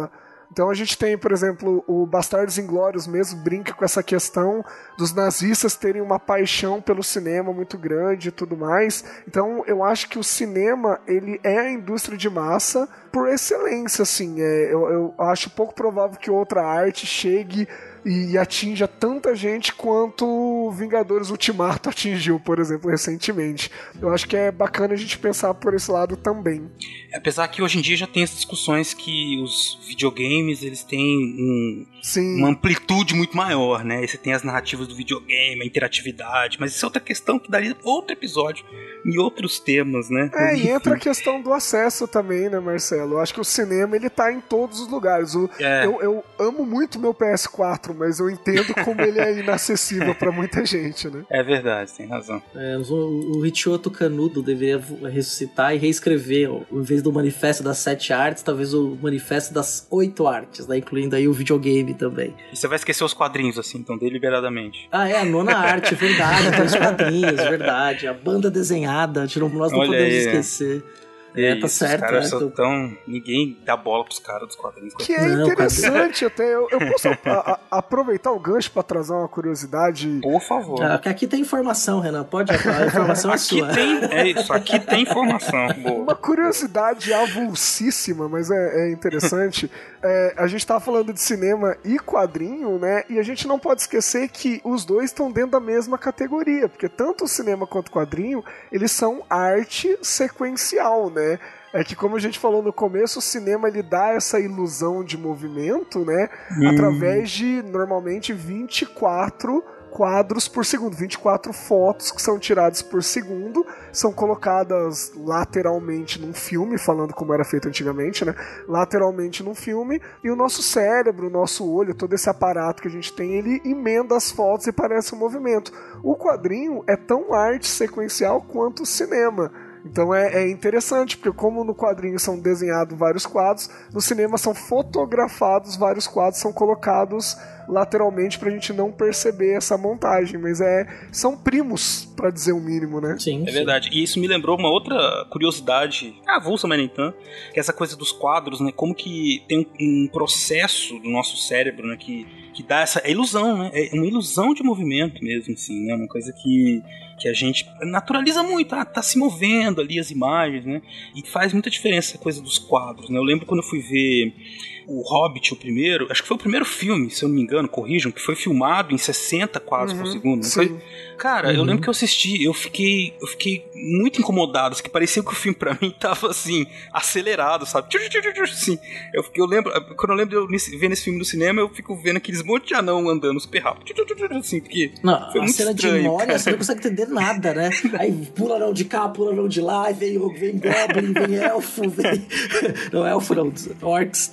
Então a gente tem, por exemplo, o Bastardos Inglórios mesmo brinca com essa questão dos nazistas terem uma paixão pelo cinema muito grande e tudo mais. Então eu acho que o cinema, ele é a indústria de massa por excelência, assim. Eu acho pouco provável que outra arte chegue e atinja tanta gente quanto Vingadores Ultimato atingiu, por exemplo, recentemente. Eu acho que é bacana a gente pensar por esse lado também. Apesar que hoje em dia já tem as discussões que os videogames, eles têm uma amplitude muito maior, né? E você tem as narrativas do videogame, a interatividade, mas isso é outra questão que daria outro episódio em outros temas, né? E entra a questão do acesso também, né, Marcelo? Eu acho que o cinema, ele tá em todos os lugares. Eu amo muito meu PS4, mas eu entendo como ele é inacessível pra muita gente, né? É verdade, tem razão. O Richioto Canudo deveria ressuscitar e reescrever, em vez do Manifesto das 7 Artes, talvez o Manifesto das 8 Artes, né? Incluindo aí o videogame também. E você vai esquecer os quadrinhos, assim, então, deliberadamente. A 9ª arte, verdade, tem os quadrinhos, verdade. A banda desenhada, nós não podemos esquecer. Tá certo. Os caras tão... Ninguém dá bola pros caras dos quadrinhos. Que é interessante até. Eu posso aproveitar o gancho pra trazer uma curiosidade? Por favor. Aqui tem informação, Renan. Pode falar, a informação é sua. Aqui tem informação. Boa. Uma curiosidade avulsíssima, mas é interessante. A gente tava falando de cinema e quadrinho, né? E a gente não pode esquecer que os dois estão dentro da mesma categoria, porque tanto o cinema quanto o quadrinho, eles são arte sequencial, né? É que, como a gente falou no começo, o cinema, ele dá essa ilusão de movimento, né? Através de, normalmente, 24 quadros por segundo, 24 fotos que são tiradas por segundo, são colocadas lateralmente num filme, falando como era feito antigamente, né? Lateralmente num filme, e o nosso cérebro, o nosso olho, todo esse aparato que a gente tem, ele emenda as fotos e parece um movimento. O quadrinho é tão arte sequencial quanto o cinema. Então é interessante, porque como no quadrinho são desenhados vários quadros, no cinema são fotografados vários quadros, são colocados lateralmente pra gente não perceber essa montagem, mas são primos, pra dizer o mínimo, né? Sim. É verdade. E isso me lembrou uma outra curiosidade, avulsa, mas nem tanto, que é essa coisa dos quadros, né? Como que tem um processo do nosso cérebro, né? Que dá essa ilusão, né? É uma ilusão de movimento mesmo, assim, né? Uma coisa que a gente naturaliza muito, tá se movendo ali as imagens, né? E faz muita diferença essa coisa dos quadros, né? Eu lembro quando eu fui ver o Hobbit, o primeiro, acho que foi o primeiro filme, se eu não me engano, corrijam, que foi filmado em 60 quadros por segundo, não foi? Cara, eu lembro que eu assisti, eu fiquei muito incomodado, assim, que parecia que o filme pra mim tava, assim, acelerado, sabe? Assim, eu lembro, quando eu lembro de eu ver nesse filme no cinema, eu fico vendo aqueles monte de anão andando super rápido, assim, porque foi muito cena estranho, de Moria, você não consegue entender nada, né? Aí pula não de cá, pula não de lá, vem Goblin, vem Elfo, vem... Não, Elfo não, Orcs,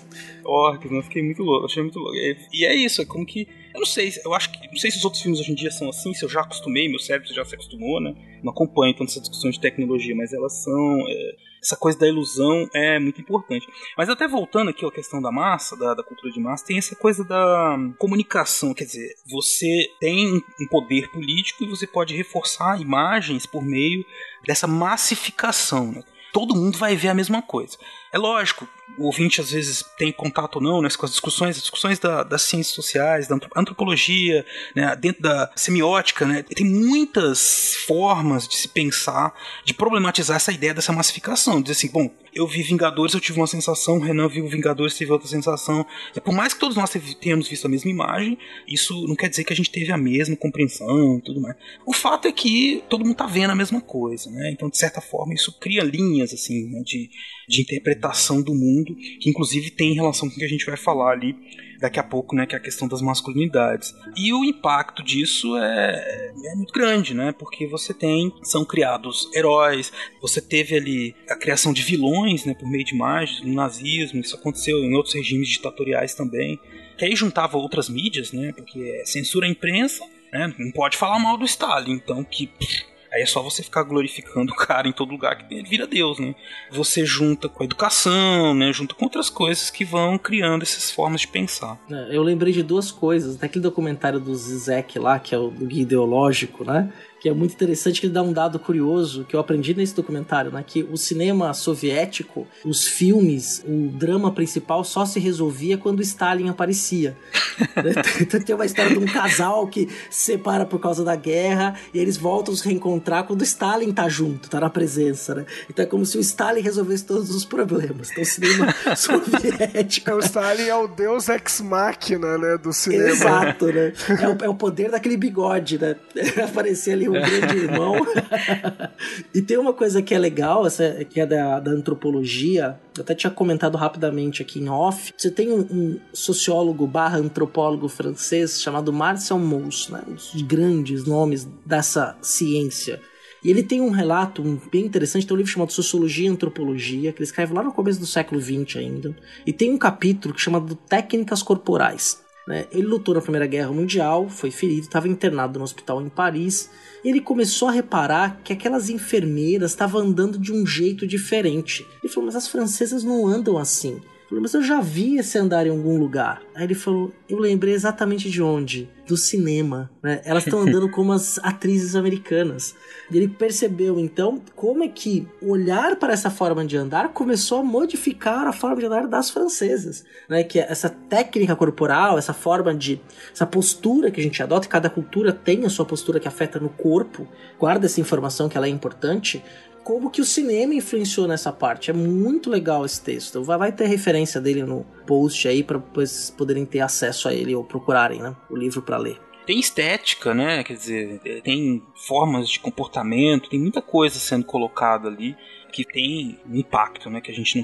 eu fiquei muito louco, achei muito louco. E é isso, é como que... Eu não sei, não sei se os outros filmes hoje em dia são assim, se eu já acostumei, meu cérebro já se acostumou, né? Não acompanho tanto essas discussões de tecnologia, mas elas são... essa coisa da ilusão é muito importante. Mas até voltando aqui à questão da massa, da cultura de massa, tem essa coisa da comunicação, quer dizer, você tem um poder político e você pode reforçar imagens por meio dessa massificação, né? Todo mundo vai ver a mesma coisa. É lógico, o ouvinte às vezes tem contato ou não, né, com as discussões das ciências sociais, da antropologia, né, dentro da semiótica, né, tem muitas formas de se pensar, de problematizar essa ideia dessa massificação. Dizer assim, bom, eu vi Vingadores, eu tive uma sensação, o Renan viu Vingadores, teve outra sensação. E por mais que todos nós tenhamos visto a mesma imagem, isso não quer dizer que a gente teve a mesma compreensão e tudo mais. O fato é que todo mundo tá vendo a mesma coisa, né? Então, de certa forma, isso cria linhas assim, né, de interpretação do mundo, que inclusive tem relação com o que a gente vai falar ali daqui a pouco, né, que é a questão das masculinidades. E o impacto disso é muito grande, né, porque são criados heróis, você teve ali a criação de vilões, né, por meio de imagens, no nazismo, isso aconteceu em outros regimes ditatoriais também, que aí juntava outras mídias, né, porque censura a imprensa, né, não pode falar mal do Stalin, então aí é só você ficar glorificando o cara em todo lugar que ele vira Deus, né? Você junta com a educação, né? Junta com outras coisas que vão criando essas formas de pensar. Eu lembrei de duas coisas. Daquele documentário do Zizek lá, que é o do Guia Ideológico, né? que é muito interessante, que ele dá um dado curioso que eu aprendi nesse documentário, né? Que o cinema soviético, os filmes, o drama principal só se resolvia quando Stalin aparecia. Então tem uma história de um casal que se separa por causa da guerra e eles voltam a se reencontrar quando Stalin tá junto, tá na presença, né? Então é como se o Stalin resolvesse todos os problemas. Então o cinema soviético... O Stalin é o deus ex-máquina, né, do cinema. Exato, né? É o poder daquele bigode, né? Aparecer ali um grande irmão. E tem uma coisa que é legal, essa, que é da antropologia, eu até tinha comentado rapidamente aqui em off. Você tem um sociólogo / antropólogo francês chamado Marcel Mauss, né? Um dos grandes nomes dessa ciência. E ele tem um relato bem interessante, tem um livro chamado Sociologia e Antropologia, que ele escreve lá no começo do século XX ainda. E tem um capítulo chamado Técnicas Corporais. Ele lutou na Primeira Guerra Mundial, foi ferido, estava internado no hospital em Paris. E ele começou a reparar que aquelas enfermeiras estavam andando de um jeito diferente. Ele falou, mas as francesas não andam assim. Ele falou, mas eu já vi esse andar em algum lugar. Aí ele falou, eu lembrei exatamente de onde? Do cinema, né? Elas estão andando como as atrizes americanas. E ele percebeu, então, como é que olhar para essa forma de andar começou a modificar a forma de andar das francesas, né? Que essa técnica corporal, essa forma de... essa postura que a gente adota, e cada cultura tem a sua postura que afeta no corpo, guarda essa informação que ela é importante, como que o cinema influenciou nessa parte. É muito legal esse texto. Vai ter referência dele no post aí para depois poderem ter acesso a ele ou procurarem, né, o livro para ler. Tem estética, né? Quer dizer, tem formas de comportamento, tem muita coisa sendo colocada ali que tem um impacto, né? Que a gente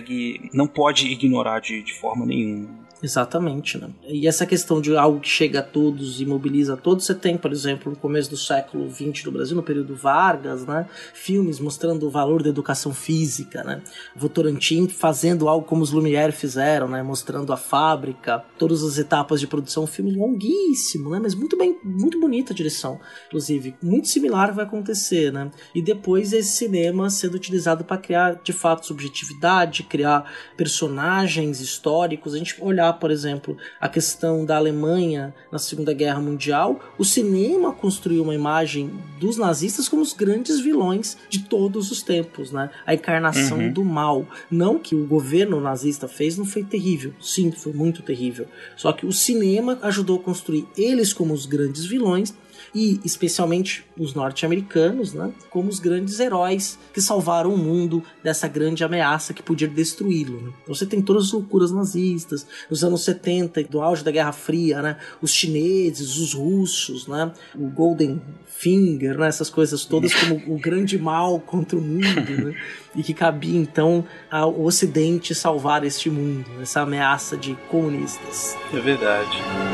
não pode ignorar de forma nenhuma. Exatamente, né? E essa questão de algo que chega a todos e mobiliza a todos, você tem, por exemplo, no começo do século XX no Brasil, no período Vargas, né? Filmes mostrando o valor da educação física, né? Votorantim fazendo algo como os Lumière fizeram, né? Mostrando a fábrica, todas as etapas de produção, um filme longuíssimo, né? Mas muito bonita a direção, inclusive. Muito similar vai acontecer, né? E depois esse cinema sendo utilizado para criar, de fato, subjetividade, criar personagens históricos. A gente olhar, por exemplo, a questão da Alemanha na Segunda Guerra Mundial, o cinema construiu uma imagem dos nazistas como os grandes vilões de todos os tempos, né? A encarnação do mal. Não que o governo nazista fez não foi terrível. Sim, foi muito terrível. Só que o cinema ajudou a construir eles como os grandes vilões e especialmente os norte-americanos, né, como os grandes heróis que salvaram o mundo dessa grande ameaça que podia destruí-lo. Né? Então você tem todas as loucuras nazistas, nos anos 70, do auge da Guerra Fria, né, os chineses, os russos, né, o Golden Finger, né, essas coisas todas como o grande mal contra o mundo, né, e que cabia então ao Ocidente salvar este mundo, essa ameaça de comunistas. É verdade.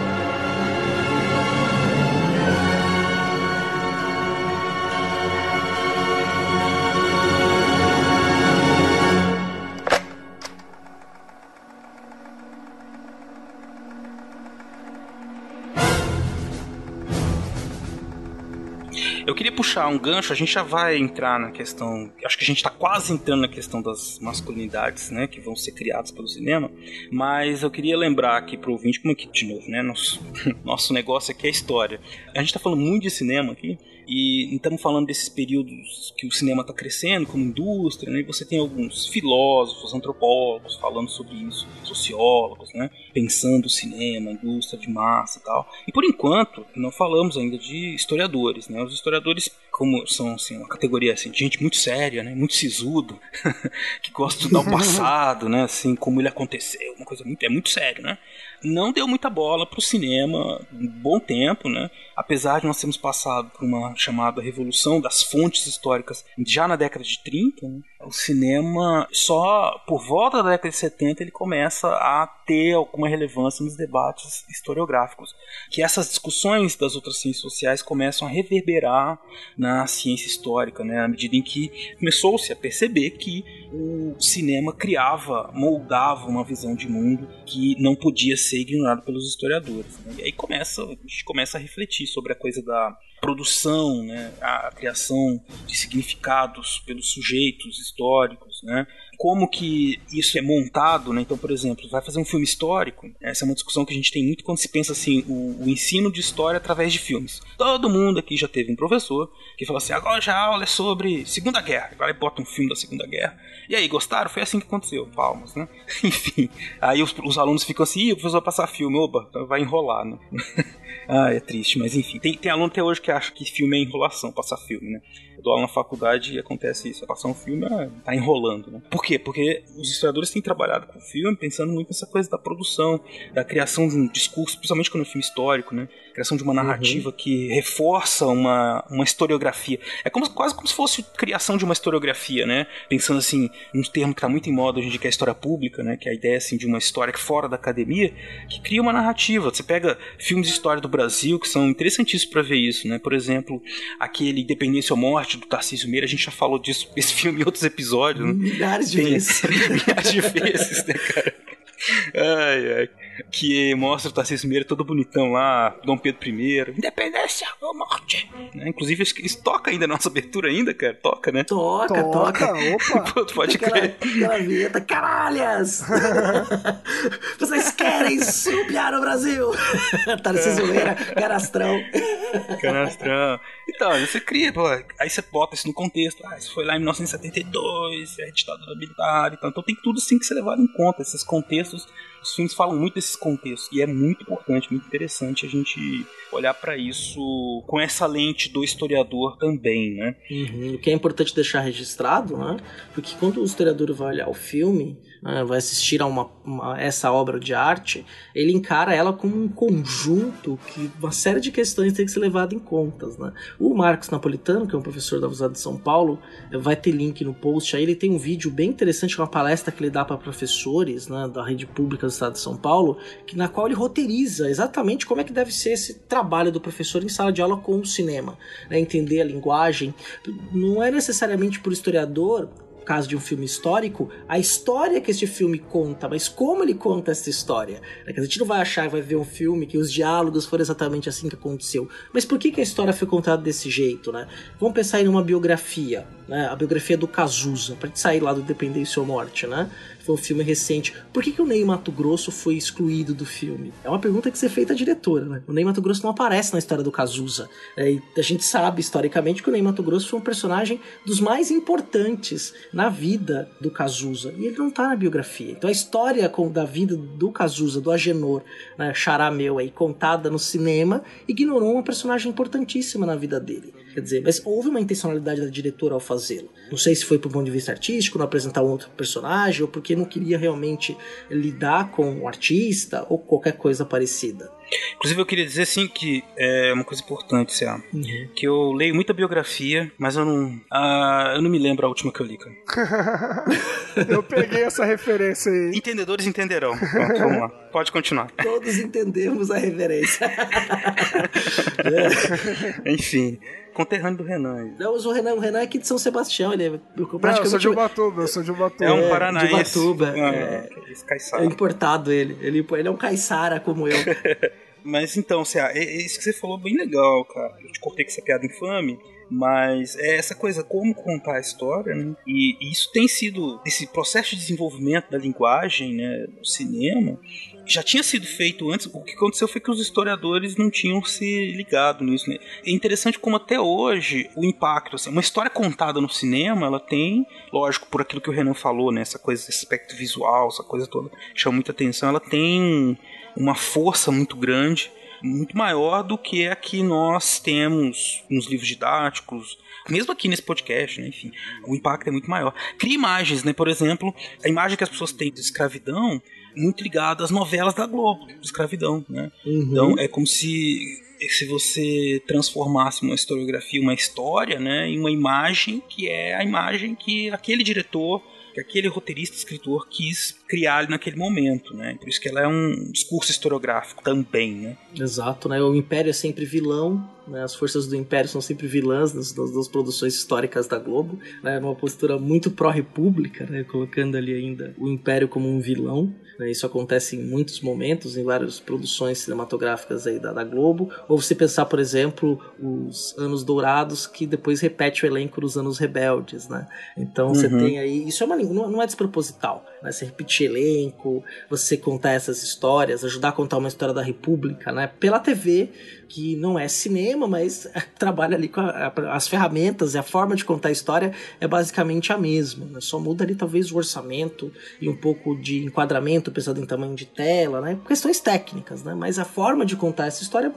Eu queria puxar um gancho, a gente já vai entrar na questão, acho que a gente está quase entrando na questão das masculinidades, né, que vão ser criadas pelo cinema, mas eu queria lembrar aqui pro ouvinte, como aqui de novo, né, nosso negócio aqui é história. A gente está falando muito de cinema aqui, e estamos falando desses períodos que o cinema está crescendo como indústria, né? E você tem alguns filósofos, antropólogos falando sobre isso, sociólogos, né? Pensando o cinema, a indústria de massa e tal. E por enquanto, não falamos ainda de historiadores, né? Os historiadores, como são assim, uma categoria assim, de gente muito séria, né? Muito sisudo, que gosta de estudar o passado, né? Assim, como ele aconteceu, uma coisa muito sério, né? Não deu muita bola para o cinema um bom tempo, né? Apesar de nós termos passado por uma chamada revolução das fontes históricas já na década de 30, né? O cinema, só por volta da década de 70, ele começa a ter alguma relevância nos debates historiográficos. Que essas discussões das outras ciências sociais começam a reverberar na ciência histórica, né? À medida em que começou-se a perceber que o cinema moldava uma visão de mundo que não podia ser ignorada pelos historiadores, né? E aí a gente começa a refletir sobre a coisa da produção, né, a criação de significados pelos sujeitos históricos, né, como que isso é montado, né? Então, por exemplo, vai fazer um filme histórico, essa é uma discussão que a gente tem muito quando se pensa assim, o ensino de história através de filmes. Todo mundo aqui já teve um professor que falou assim, agora já a aula é sobre Segunda Guerra, agora ele bota um filme da Segunda Guerra. E aí, gostaram? Foi assim que aconteceu, palmas, né? Enfim, aí os alunos ficam assim, o professor vai passar filme, opa, vai enrolar, né? É triste, mas enfim, tem aluno até hoje que acha que filme é enrolação, passar filme, né? Eu dou aula na faculdade e acontece isso, passar um filme tá enrolando, né? Por quê? Porque os historiadores têm trabalhado com o filme pensando muito nessa coisa da produção, da criação de um discurso, principalmente quando é um filme histórico, né? Criação de uma narrativa que reforça uma historiografia. É quase como se fosse criação de uma historiografia, né? Pensando assim, num termo que está muito em moda hoje em dia, que é a história pública, né? Que é a ideia assim, de uma história que fora da academia, que cria uma narrativa. Você pega filmes de história do Brasil que são interessantíssimos para ver isso, né? Por exemplo, aquele Independência ou Morte do Tarcísio Meira, a gente já falou disso, esse filme em outros episódios, né? Milhares de vezes. Milhares de vezes, né, cara? Ai. Que mostra o Tarcísio Meira todo bonitão lá, Dom Pedro I, Independência ou Morte, né? Inclusive isso toca ainda na nossa abertura ainda, cara, toca, né? Toca, opa. Pô, pode crer. Aquela vinheta, caralhas! Vocês querem supiar o Brasil! Tarcísio Meira, canastrão. Então, você cria, pô, aí você bota isso no contexto, isso foi lá em 1972, é ditadura militar e tal. Então tem tudo assim que ser levado em conta, esses contextos. Os filmes falam muito desses contextos e é muito importante, muito interessante a gente olhar para isso com essa lente do historiador também, né? O que é importante deixar registrado, né? Porque quando o historiador vai olhar o filme, né, vai assistir a essa obra de arte, ele encara ela como um conjunto que uma série de questões tem que ser levada em contas, né? O Marcos Napolitano, que é um professor da Universidade de São Paulo, vai ter link no post aí, ele tem um vídeo bem interessante, uma palestra que ele dá para professores, né, da rede pública do Estado de São Paulo, na qual ele roteiriza exatamente como é que deve ser esse trabalho do professor em sala de aula com o cinema, né? Entender a linguagem. Não é necessariamente por historiador, no caso de um filme histórico, a história que este filme conta, mas como ele conta essa história. A gente não vai achar, vai ver um filme que os diálogos foram exatamente assim que aconteceu. Mas por que a história foi contada desse jeito, né? Vamos pensar em uma biografia, né? A biografia do Cazuza, pra gente sair lá do Independência ou Morte, né? Foi um filme recente. Por que o Ney Matogrosso foi excluído do filme? É uma pergunta que você feita à diretora, né? O Ney Matogrosso não aparece na história do Cazuza. E a gente sabe, historicamente, que o Ney Matogrosso foi um personagem dos mais importantes na vida do Cazuza. E ele não tá na biografia. Então a história da vida do Cazuza, do Agenor, né, xará meu aí, contada no cinema, ignorou uma personagem importantíssima na vida dele. Quer dizer, mas houve uma intencionalidade da diretora ao fazê-lo. Não sei se foi por ponto de vista artístico, não apresentar um outro personagem, ou porque não queria realmente lidar com o artista, ou qualquer coisa parecida. Inclusive eu queria dizer assim que é uma coisa importante, Cé, que eu leio muita biografia, mas eu não me lembro a última que eu li, cara. Eu peguei essa referência aí. Entendedores entenderão. Pronto, vamos lá, pode continuar. Todos entendemos a referência. Enfim, conterrâneo do Renan. Não, o Renan é aqui de São Sebastião, ele é praticamente... eu sou de Ubatuba. É um paranaense. De Ubatuba, é importado ele é um caiçara como eu. Mas então, isso que você falou bem legal, cara. Eu te cortei com essa piada infame, mas é essa coisa, como contar a história, né? E isso tem sido, esse processo de desenvolvimento da linguagem, né, do cinema, já tinha sido feito antes. O que aconteceu foi que os historiadores não tinham se ligado nisso, né? É interessante como até hoje o impacto, assim, uma história contada no cinema, ela tem, lógico, por aquilo que o Renan falou, né, essa coisa, esse aspecto visual, essa coisa toda chama muita atenção, ela tem uma força muito grande, muito maior do que a que nós temos nos livros didáticos, mesmo aqui nesse podcast, né? Enfim, o impacto é muito maior. Cria imagens, né? Por exemplo, a imagem que as pessoas têm de escravidão muito ligada às novelas da Globo, de escravidão, né? Então é como se você transformasse uma historiografia, uma história, né, em uma imagem que é a imagem que aquele diretor, que aquele roteirista, escritor quis criar ali naquele momento, né? Por isso que ela é um discurso historiográfico também, né? Exato, né? O Império é sempre vilão, né? As forças do Império são sempre vilãs nas produções históricas da Globo, né? Numa postura muito pró-república, né? Colocando ali ainda o Império como um vilão, né? Isso acontece em muitos momentos, em várias produções cinematográficas aí da Globo. Ou você pensar, por exemplo, os Anos Dourados, que depois repete o elenco dos Anos Rebeldes, né? Então você tem aí... Isso não é desproposital, né? Você repetir elenco, você contar essas histórias, ajudar a contar uma história da República, né? Pela TV, que não é cinema, mas trabalha ali com as ferramentas e a forma de contar a história é basicamente a mesma, né? Só muda ali talvez o orçamento e um pouco de enquadramento pensando em tamanho de tela, né? Questões técnicas, né? Mas a forma de contar essa história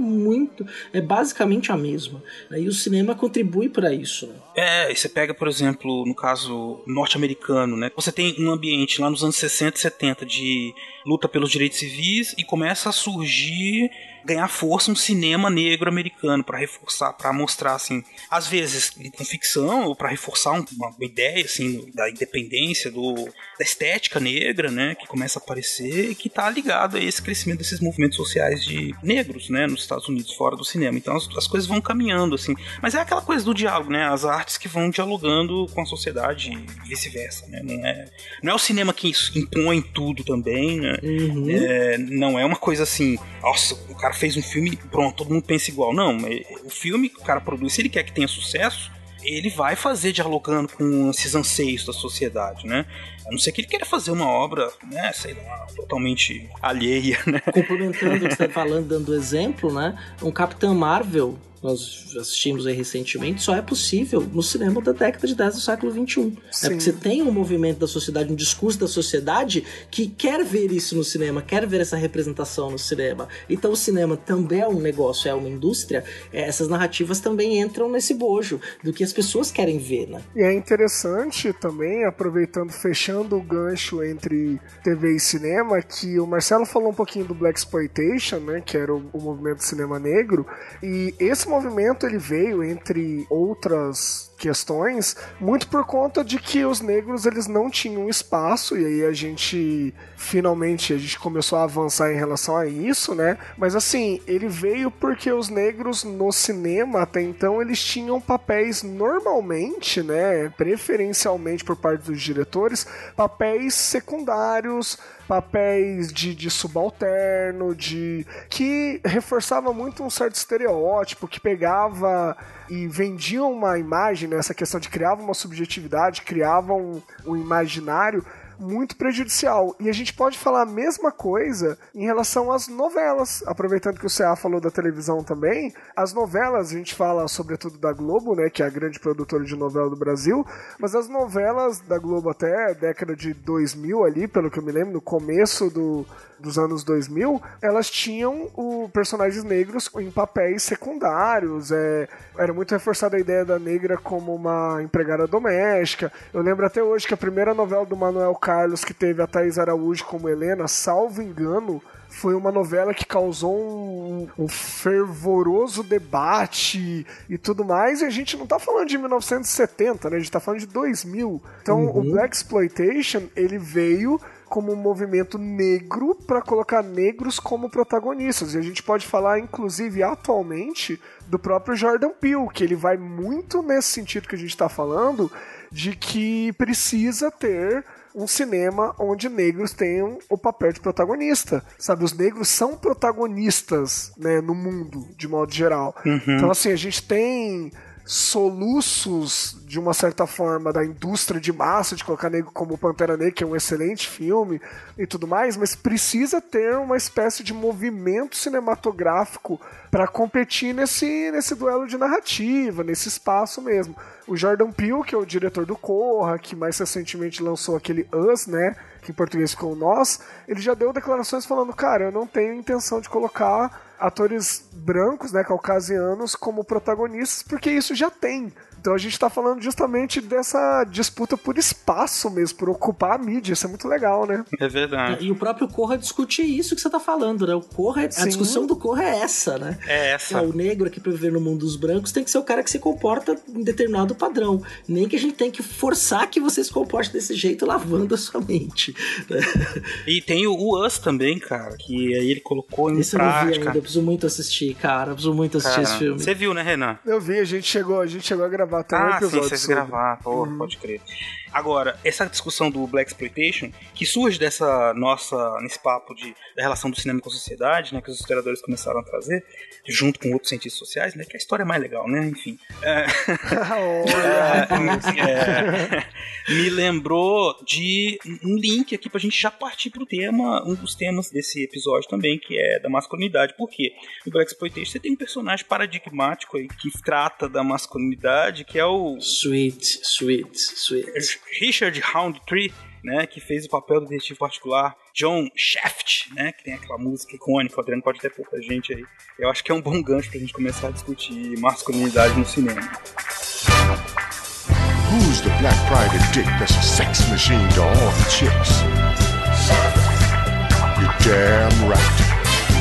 é basicamente a mesma, né? E o cinema contribui para isso, né? E você pega, por exemplo, no caso norte-americano, né? Você tem um ambiente lá nos anos 60 e 70 de luta pelos direitos civis e começa a surgir, ganhar força um cinema negro americano para reforçar, para mostrar, assim, às vezes com ficção ou para reforçar uma ideia, assim, da independência, da estética negra, né, que começa a aparecer e que tá ligado a esse crescimento desses movimentos sociais de negros, né, nos Estados Unidos, fora do cinema. Então as coisas vão caminhando, assim, mas é aquela coisa do diálogo, né, as artes que vão dialogando com a sociedade e vice-versa, né, não é o cinema que impõe tudo também, né, não é uma coisa assim, nossa, o cara fez um filme, pronto, todo mundo pensa igual. Não, o filme que o cara produz, se ele quer que tenha sucesso, ele vai fazer dialogando com esses anseios da sociedade, né? A não ser que ele queira fazer uma obra, né, sei lá, totalmente alheia, né? Complementando o que você está falando, dando exemplo, né? Um Capitão Marvel, nós assistimos aí recentemente, só é possível no cinema da década de 10 do século XXI. É porque você tem um movimento da sociedade, um discurso da sociedade que quer ver isso no cinema, quer ver essa representação no cinema. Então o cinema também é um negócio, é uma indústria. Essas narrativas também entram nesse bojo do que as pessoas querem ver, né? E é interessante também, aproveitando, fechando o gancho entre TV e cinema, que o Marcelo falou um pouquinho do Blaxploitation, né, que era o movimento do cinema negro, e esse movimento ele veio, entre outras questões, muito por conta de que os negros eles não tinham espaço, e aí a gente começou a avançar em relação a isso, né? Mas assim, ele veio porque os negros no cinema até então eles tinham papéis normalmente, né, preferencialmente por parte dos diretores, papéis secundários, papéis de subalterno, que reforçava muito um certo estereótipo, que pegava e vendia uma imagem, né, essa questão de criava uma subjetividade, criava um imaginário muito prejudicial. E a gente pode falar a mesma coisa em relação às novelas. Aproveitando que o CA falou da televisão também, as novelas, a gente fala sobretudo da Globo, né, que é a grande produtora de novela do Brasil, mas as novelas da Globo até a década de 2000 ali, pelo que eu me lembro, no começo dos anos 2000, elas tinham personagens negros em papéis secundários, era muito reforçada a ideia da negra como uma empregada doméstica. Eu lembro até hoje que a primeira novela do Manuel Carlos, que teve a Thaís Araújo como Helena, salvo engano, foi uma novela que causou um fervoroso debate e tudo mais, e a gente não tá falando de 1970, né? A gente tá falando de 2000. Então o Blaxploitation, ele veio como um movimento negro para colocar negros como protagonistas. E a gente pode falar, inclusive, atualmente, do próprio Jordan Peele, que ele vai muito nesse sentido que a gente está falando, de que precisa ter um cinema onde negros tenham o papel de protagonista, sabe? Os negros são protagonistas, né, no mundo, de modo geral. Então, assim, a gente tem soluços, de uma certa forma, da indústria de massa, de colocar negro como Pantera Negra, que é um excelente filme e tudo mais, mas precisa ter uma espécie de movimento cinematográfico para competir nesse duelo de narrativa, nesse espaço mesmo. O Jordan Peele, que é o diretor do Corra, que mais recentemente lançou aquele Us, né, que em português ficou Nós, ele já deu declarações falando, cara, eu não tenho intenção de colocar atores brancos, né, caucasianos, como protagonistas, porque isso já tem. Então Então a gente tá falando justamente dessa disputa por espaço mesmo, por ocupar a mídia. Isso é muito legal, né? É verdade. E o próprio Corra discute isso que você tá falando, né? O Corra, a discussão do Corra é essa, né? É essa. O negro aqui pra viver no mundo dos brancos tem que ser o cara que se comporta em determinado padrão. Nem que a gente tem que forçar que você se comporte desse jeito lavando a sua mente. E tem o Us também, cara, que aí ele colocou em Esse prática. Eu não vi ainda, eu preciso muito assistir, cara. Eu preciso muito assistir esse filme. Você viu, né, Renan? Eu vi, a gente chegou a gravar até um episódio. Sim, vocês gravar, pode crer. Agora, essa discussão do Blaxploitation, que surge nesse papo da relação do cinema com a sociedade, né, que os historiadores começaram a trazer, junto com outros cientistas sociais, né, que a história é mais legal, né, enfim. Me lembrou de um link aqui pra gente já partir pro tema, um dos temas desse episódio também, que é da masculinidade. Por quê? No Blaxploitation você tem um personagem paradigmático aí que trata da masculinidade, que é o... Sweet. Richard Roundtree, né, que fez o papel do detetive particular John Shaft, né, que tem aquela música icônica. O Adriano pode ter pouca gente aí. Eu acho que é um bom gancho pra gente começar a discutir masculinidade no cinema. Who's the black private dick that's a sex machine to all the chicks? You're damn right.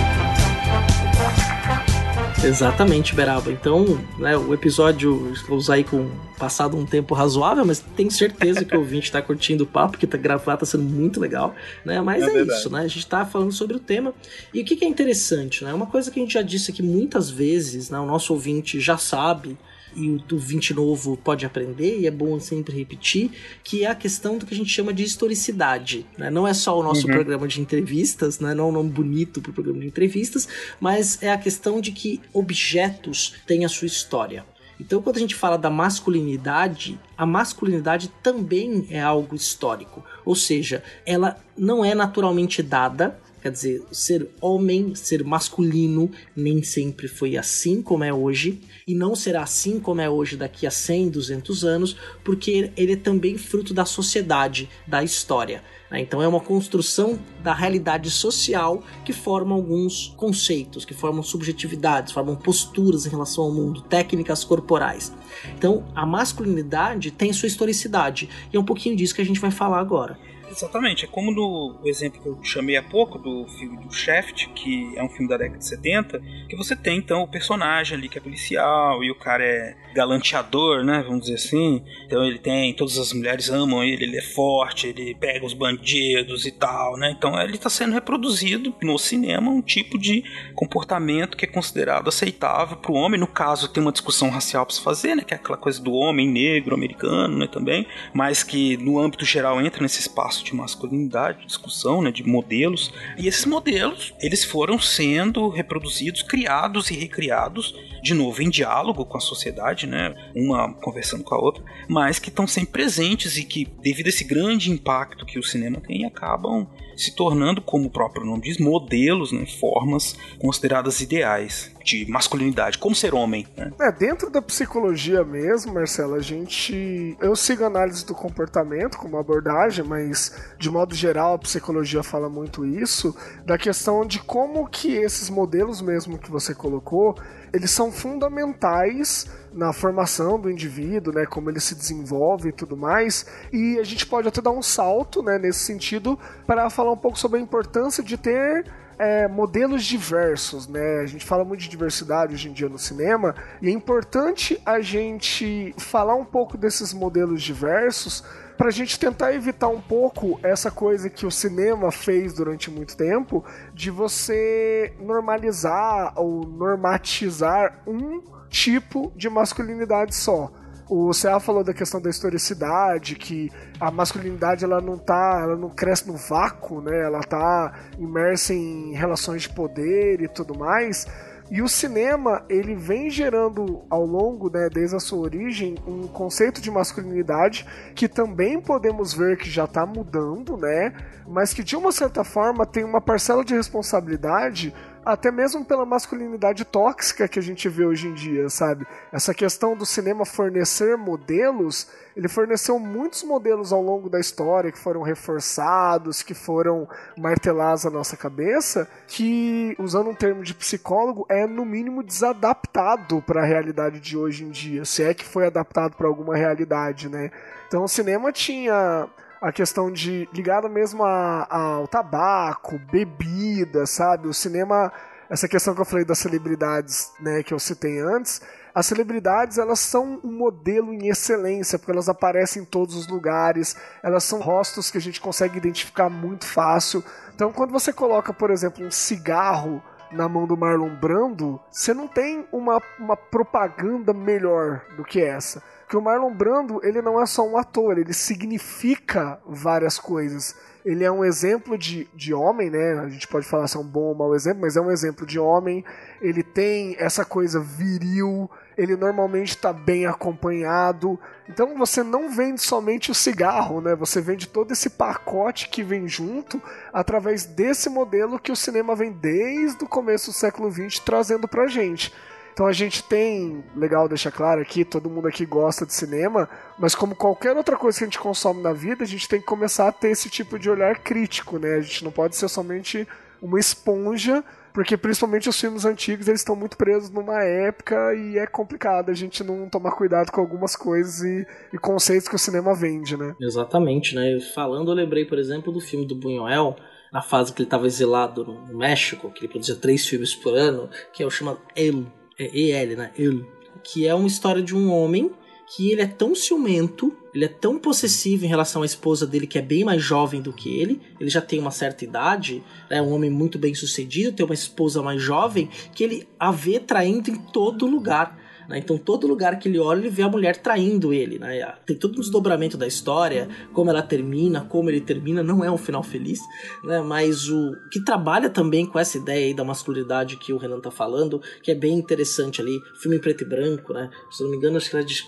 Exatamente, Beraba. Então, né, o episódio, vou usar aí com passado um tempo razoável, mas tenho certeza que o ouvinte tá curtindo o papo, que tá gravado, tá sendo muito legal, né? Mas é isso, né? A gente tá falando sobre o tema. E o que é interessante, né? Uma coisa que a gente já disse aqui muitas vezes, né? O nosso ouvinte já sabe, e o ouvinte novo pode aprender, e é bom sempre repetir, que é a questão do que a gente chama de historicidade, né? Não é só o nosso programa de entrevistas, né? Não é um nome bonito pro programa de entrevistas, mas é a questão de que objetos têm a sua história. Então, quando a gente fala da masculinidade, a masculinidade também é algo histórico, ou seja, ela não é naturalmente dada. Quer dizer, ser homem, ser masculino, nem sempre foi assim como é hoje, e não será assim como é hoje daqui a 100, 200 anos, porque ele é também fruto da sociedade, da história. Então é uma construção da realidade social que forma alguns conceitos, que formam subjetividades, formam posturas em relação ao mundo, técnicas corporais. Então a masculinidade tem sua historicidade, e é um pouquinho disso que a gente vai falar agora. Exatamente, é como no exemplo que eu chamei há pouco do filme do Shaft, que é um filme da década de 70, que você tem então o personagem ali que é policial e o cara é galanteador, né, vamos dizer assim. Então ele tem, todas as mulheres amam ele é forte, ele pega os bandidos e tal, né. Então ele está sendo reproduzido no cinema um tipo de comportamento que é considerado aceitável para o homem. No caso tem uma discussão racial para se fazer, né, que é aquela coisa do homem negro americano, né, também, mas que no âmbito geral entra nesse espaço de masculinidade, de discussão, né, de modelos. E esses modelos, eles foram sendo reproduzidos, criados e recriados, de novo, em diálogo com a sociedade, né, uma conversando com a outra, mas que estão sempre presentes e que, devido a esse grande impacto que o cinema tem, acabam se tornando, como o próprio nome diz, modelos, né, formas consideradas ideais de masculinidade, como ser homem, né? Dentro da psicologia mesmo, Marcelo, eu sigo a análise do comportamento como abordagem, mas de modo geral a psicologia fala muito isso, da questão de como que esses modelos mesmo que você colocou, eles são fundamentais na formação do indivíduo, né, como ele se desenvolve e tudo mais, e a gente pode até dar um salto, né, nesse sentido, para falar um pouco sobre a importância de ter modelos diversos, né? A gente fala muito de diversidade hoje em dia no cinema, e é importante a gente falar um pouco desses modelos diversos pra gente tentar evitar um pouco essa coisa que o cinema fez durante muito tempo, de você normalizar ou normatizar um tipo de masculinidade só. O C.A. falou da questão da historicidade, que a masculinidade ela não cresce no vácuo, né? Ela tá imersa em relações de poder e tudo mais. E o cinema, ele vem gerando ao longo, né, desde a sua origem, um conceito de masculinidade que também podemos ver que já está mudando, né? Mas que de uma certa forma tem uma parcela de responsabilidade até mesmo pela masculinidade tóxica que a gente vê hoje em dia, sabe? Essa questão do cinema fornecer modelos, ele forneceu muitos modelos ao longo da história que foram reforçados, que foram martelados na nossa cabeça, que, usando um termo de psicólogo, é no mínimo desadaptado para a realidade de hoje em dia, se é que foi adaptado para alguma realidade, né? Então o cinema tinha a questão de ligada mesmo ao tabaco, bebida, sabe? O cinema, essa questão que eu falei das celebridades, né, que eu citei antes, as celebridades, elas são um modelo em excelência, porque elas aparecem em todos os lugares, elas são rostos que a gente consegue identificar muito fácil. Então, quando você coloca, por exemplo, um cigarro na mão do Marlon Brando, você não tem uma propaganda melhor do que essa. Porque o Marlon Brando, ele não é só um ator, ele significa várias coisas. Ele é um exemplo de homem, né? A gente pode falar se é um bom ou mau exemplo, mas é um exemplo de homem. Ele tem essa coisa viril, ele normalmente está bem acompanhado. Então você não vende somente o cigarro, né? Você vende todo esse pacote que vem junto através desse modelo que o cinema vem desde o começo do século XX trazendo pra gente. Então a gente tem, legal deixar claro aqui, todo mundo aqui gosta de cinema, mas como qualquer outra coisa que a gente consome na vida, a gente tem que começar a ter esse tipo de olhar crítico, né? A gente não pode ser somente uma esponja, porque principalmente os filmes antigos, eles estão muito presos numa época e é complicado a gente não tomar cuidado com algumas coisas e conceitos que o cinema vende, né? Exatamente, né? Falando, eu lembrei, por exemplo, do filme do Buñuel, na fase que ele estava exilado no México, que ele produzia 3 filmes por ano, que é o chamado EL, né? Que é uma história de um homem que ele é tão ciumento, ele é tão possessivo em relação à esposa dele, que é bem mais jovem do que ele já tem uma certa idade, é um homem muito bem sucedido, tem uma esposa mais jovem, que ele a vê traindo em todo lugar. Então todo lugar que ele olha, ele vê a mulher traindo ele, né? Tem todo um desdobramento da história, como ela termina, como ele termina, não é um final feliz, né? Mas o que trabalha também com essa ideia aí da masculinidade que o Renan tá falando, que é bem interessante ali, filme em preto e branco, né? Se não me engano, acho que era de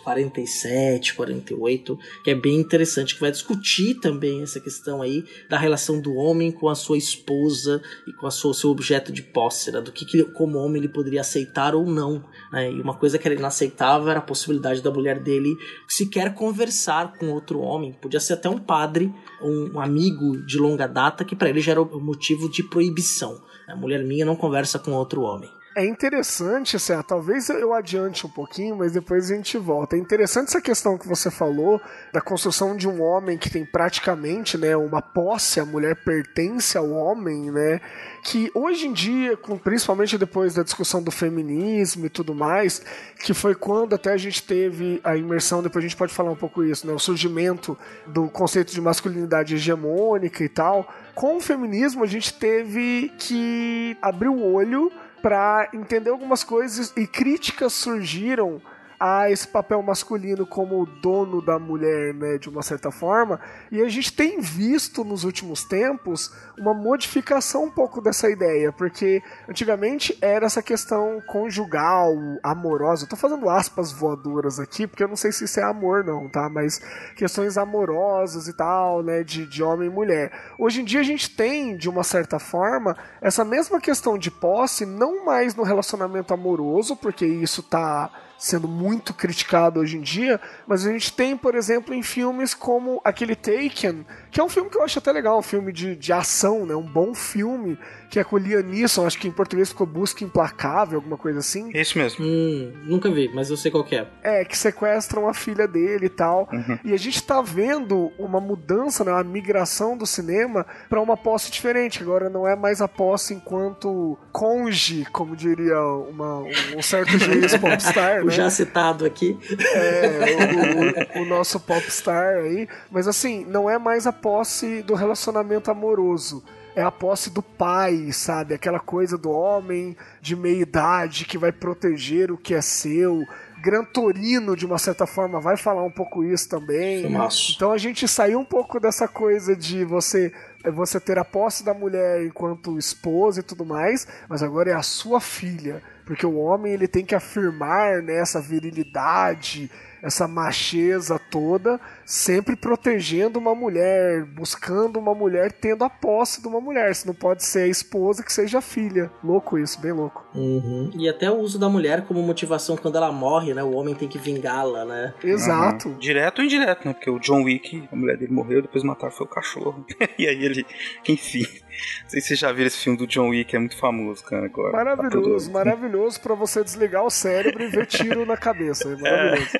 47, 48, que é bem interessante, que vai discutir também essa questão aí da relação do homem com a sua esposa e com seu objeto de posse, né? Do que como homem ele poderia aceitar ou não, né? E uma coisa que ele não aceitava era a possibilidade da mulher dele sequer conversar com outro homem. Podia ser até um padre, um amigo de longa data, que para ele já era o motivo de proibição. A mulher minha não conversa com outro homem. É interessante, assim, talvez eu adiante um pouquinho, mas depois a gente volta. É interessante essa questão que você falou da construção de um homem que tem praticamente, né, uma posse, a mulher pertence ao homem, né, que hoje em dia, principalmente depois da discussão do feminismo e tudo mais, que foi quando até a gente teve a imersão, depois a gente pode falar um pouco isso, né, o surgimento do conceito de masculinidade hegemônica e tal. Com o feminismo a gente teve que abrir o olho para entender algumas coisas, e críticas surgiram a esse papel masculino como dono da mulher, né, de uma certa forma, e a gente tem visto nos últimos tempos uma modificação um pouco dessa ideia, porque antigamente era essa questão conjugal, amorosa, eu tô fazendo aspas voadoras aqui, porque eu não sei se isso é amor não, tá, mas questões amorosas e tal, né, de homem e mulher. Hoje em dia a gente tem, de uma certa forma, essa mesma questão de posse, não mais no relacionamento amoroso, porque isso tá sendo muito criticado hoje em dia, mas a gente tem, por exemplo, em filmes como aquele Taken, que é um filme que eu acho até legal, um filme de ação, né? Um bom filme, que é com o Liam Neeson, acho que em português ficou Busca Implacável, alguma coisa assim. Isso mesmo. Nunca vi, mas eu sei qual que é. É, que sequestram a filha dele e tal. Uhum. E a gente tá vendo uma mudança, né? Uma migração do cinema para uma posse diferente. Agora não é mais a posse enquanto conge, como diria um certo juiz popstar, né? Já citado aqui. O nosso popstar aí. Mas assim, não é mais a posse do relacionamento amoroso. É a posse do pai, sabe? Aquela coisa do homem de meia idade que vai proteger o que é seu, Gran Torino, de uma certa forma, vai falar um pouco isso também. Filmaço. Então a gente saiu um pouco dessa coisa de você ter a posse da mulher enquanto esposa e tudo mais, mas agora é a sua filha. Porque o homem ele tem que afirmar, né, essa virilidade, essa macheza toda, sempre protegendo uma mulher, buscando uma mulher, tendo a posse de uma mulher. Se não pode ser a esposa, que seja a filha. Louco isso, bem louco. Uhum. E até o uso da mulher como motivação quando ela morre, né? O homem tem que vingá-la, né? Exato. Direto ou indireto, né? Porque o John Wick, a mulher dele morreu, depois mataram foi o cachorro. E aí ele... Enfim... Não sei se vocês já viram esse filme do John Wick, é muito famoso, cara, agora. Maravilhoso, maravilhoso pra você desligar o cérebro e ver tiro na cabeça. É maravilhoso.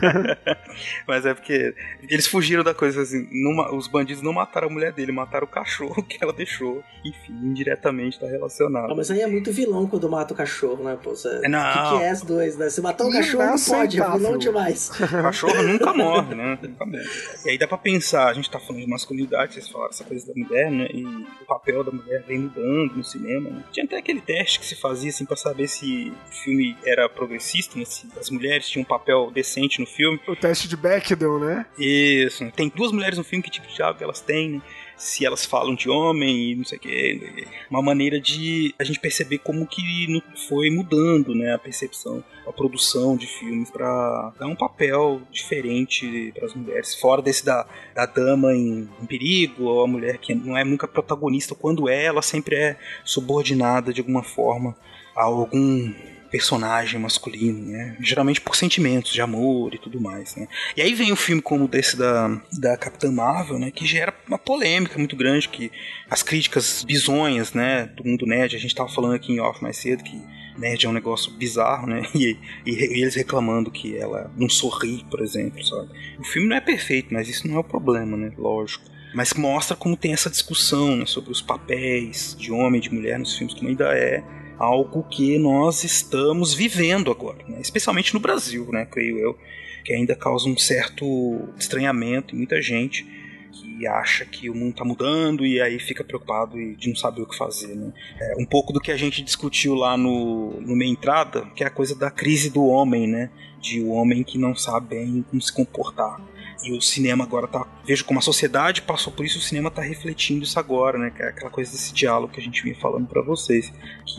Mas é porque eles fugiram da coisa assim, os bandidos não mataram a mulher dele, mataram o cachorro que ela deixou. Enfim, indiretamente tá relacionado. Ah, mas aí é muito vilão quando mata o cachorro, né? Pô, você... Não. O que é as duas, né? Se matar um cachorro não pode, é vilão demais. O cachorro nunca morre, né? Nunca morre. E aí dá pra pensar, a gente tá falando de masculinidade, vocês falaram essa coisa da mulher, né? E o papel da mulher vem mudando no cinema, né? Tinha até aquele teste que se fazia assim pra saber se o filme era progressista, né? Se as mulheres tinham um papel decente no filme. O teste de Bechdel, né? Isso. Tem 2 mulheres no filme, que tipo de diálogo elas têm, né? Se elas falam de homem e não sei o que. Uma maneira de a gente perceber como que foi mudando, né, a percepção, a produção de filmes para dar um papel diferente para as mulheres, fora desse da dama em perigo, ou a mulher que não é nunca protagonista. Quando ela sempre é subordinada de alguma forma a algum personagem masculino, né? Geralmente por sentimentos de amor e tudo mais, né? E aí vem um filme como desse da Capitã Marvel, né? Que gera uma polêmica muito grande, que as críticas bizonhas, né? Do mundo nerd, a gente tava falando aqui em off mais cedo que nerd é um negócio bizarro, né? E eles reclamando que ela não sorri, por exemplo, sabe? O filme não é perfeito, mas isso não é o problema, né? Lógico. Mas mostra como tem essa discussão, né? Sobre os papéis de homem e de mulher nos filmes, como ainda é algo que nós estamos vivendo agora, né? Especialmente no Brasil, né, creio eu, que ainda causa um certo estranhamento em muita gente que acha que o mundo está mudando e aí fica preocupado de não saber o que fazer, né? Um pouco do que a gente discutiu lá no Meia Entrada, que é a coisa da crise do homem, né? De o homem que não sabe bem como se comportar. E o cinema agora tá... Vejo como a sociedade passou por isso, o cinema tá refletindo isso agora, né? Que é aquela coisa desse diálogo que a gente vinha falando pra vocês.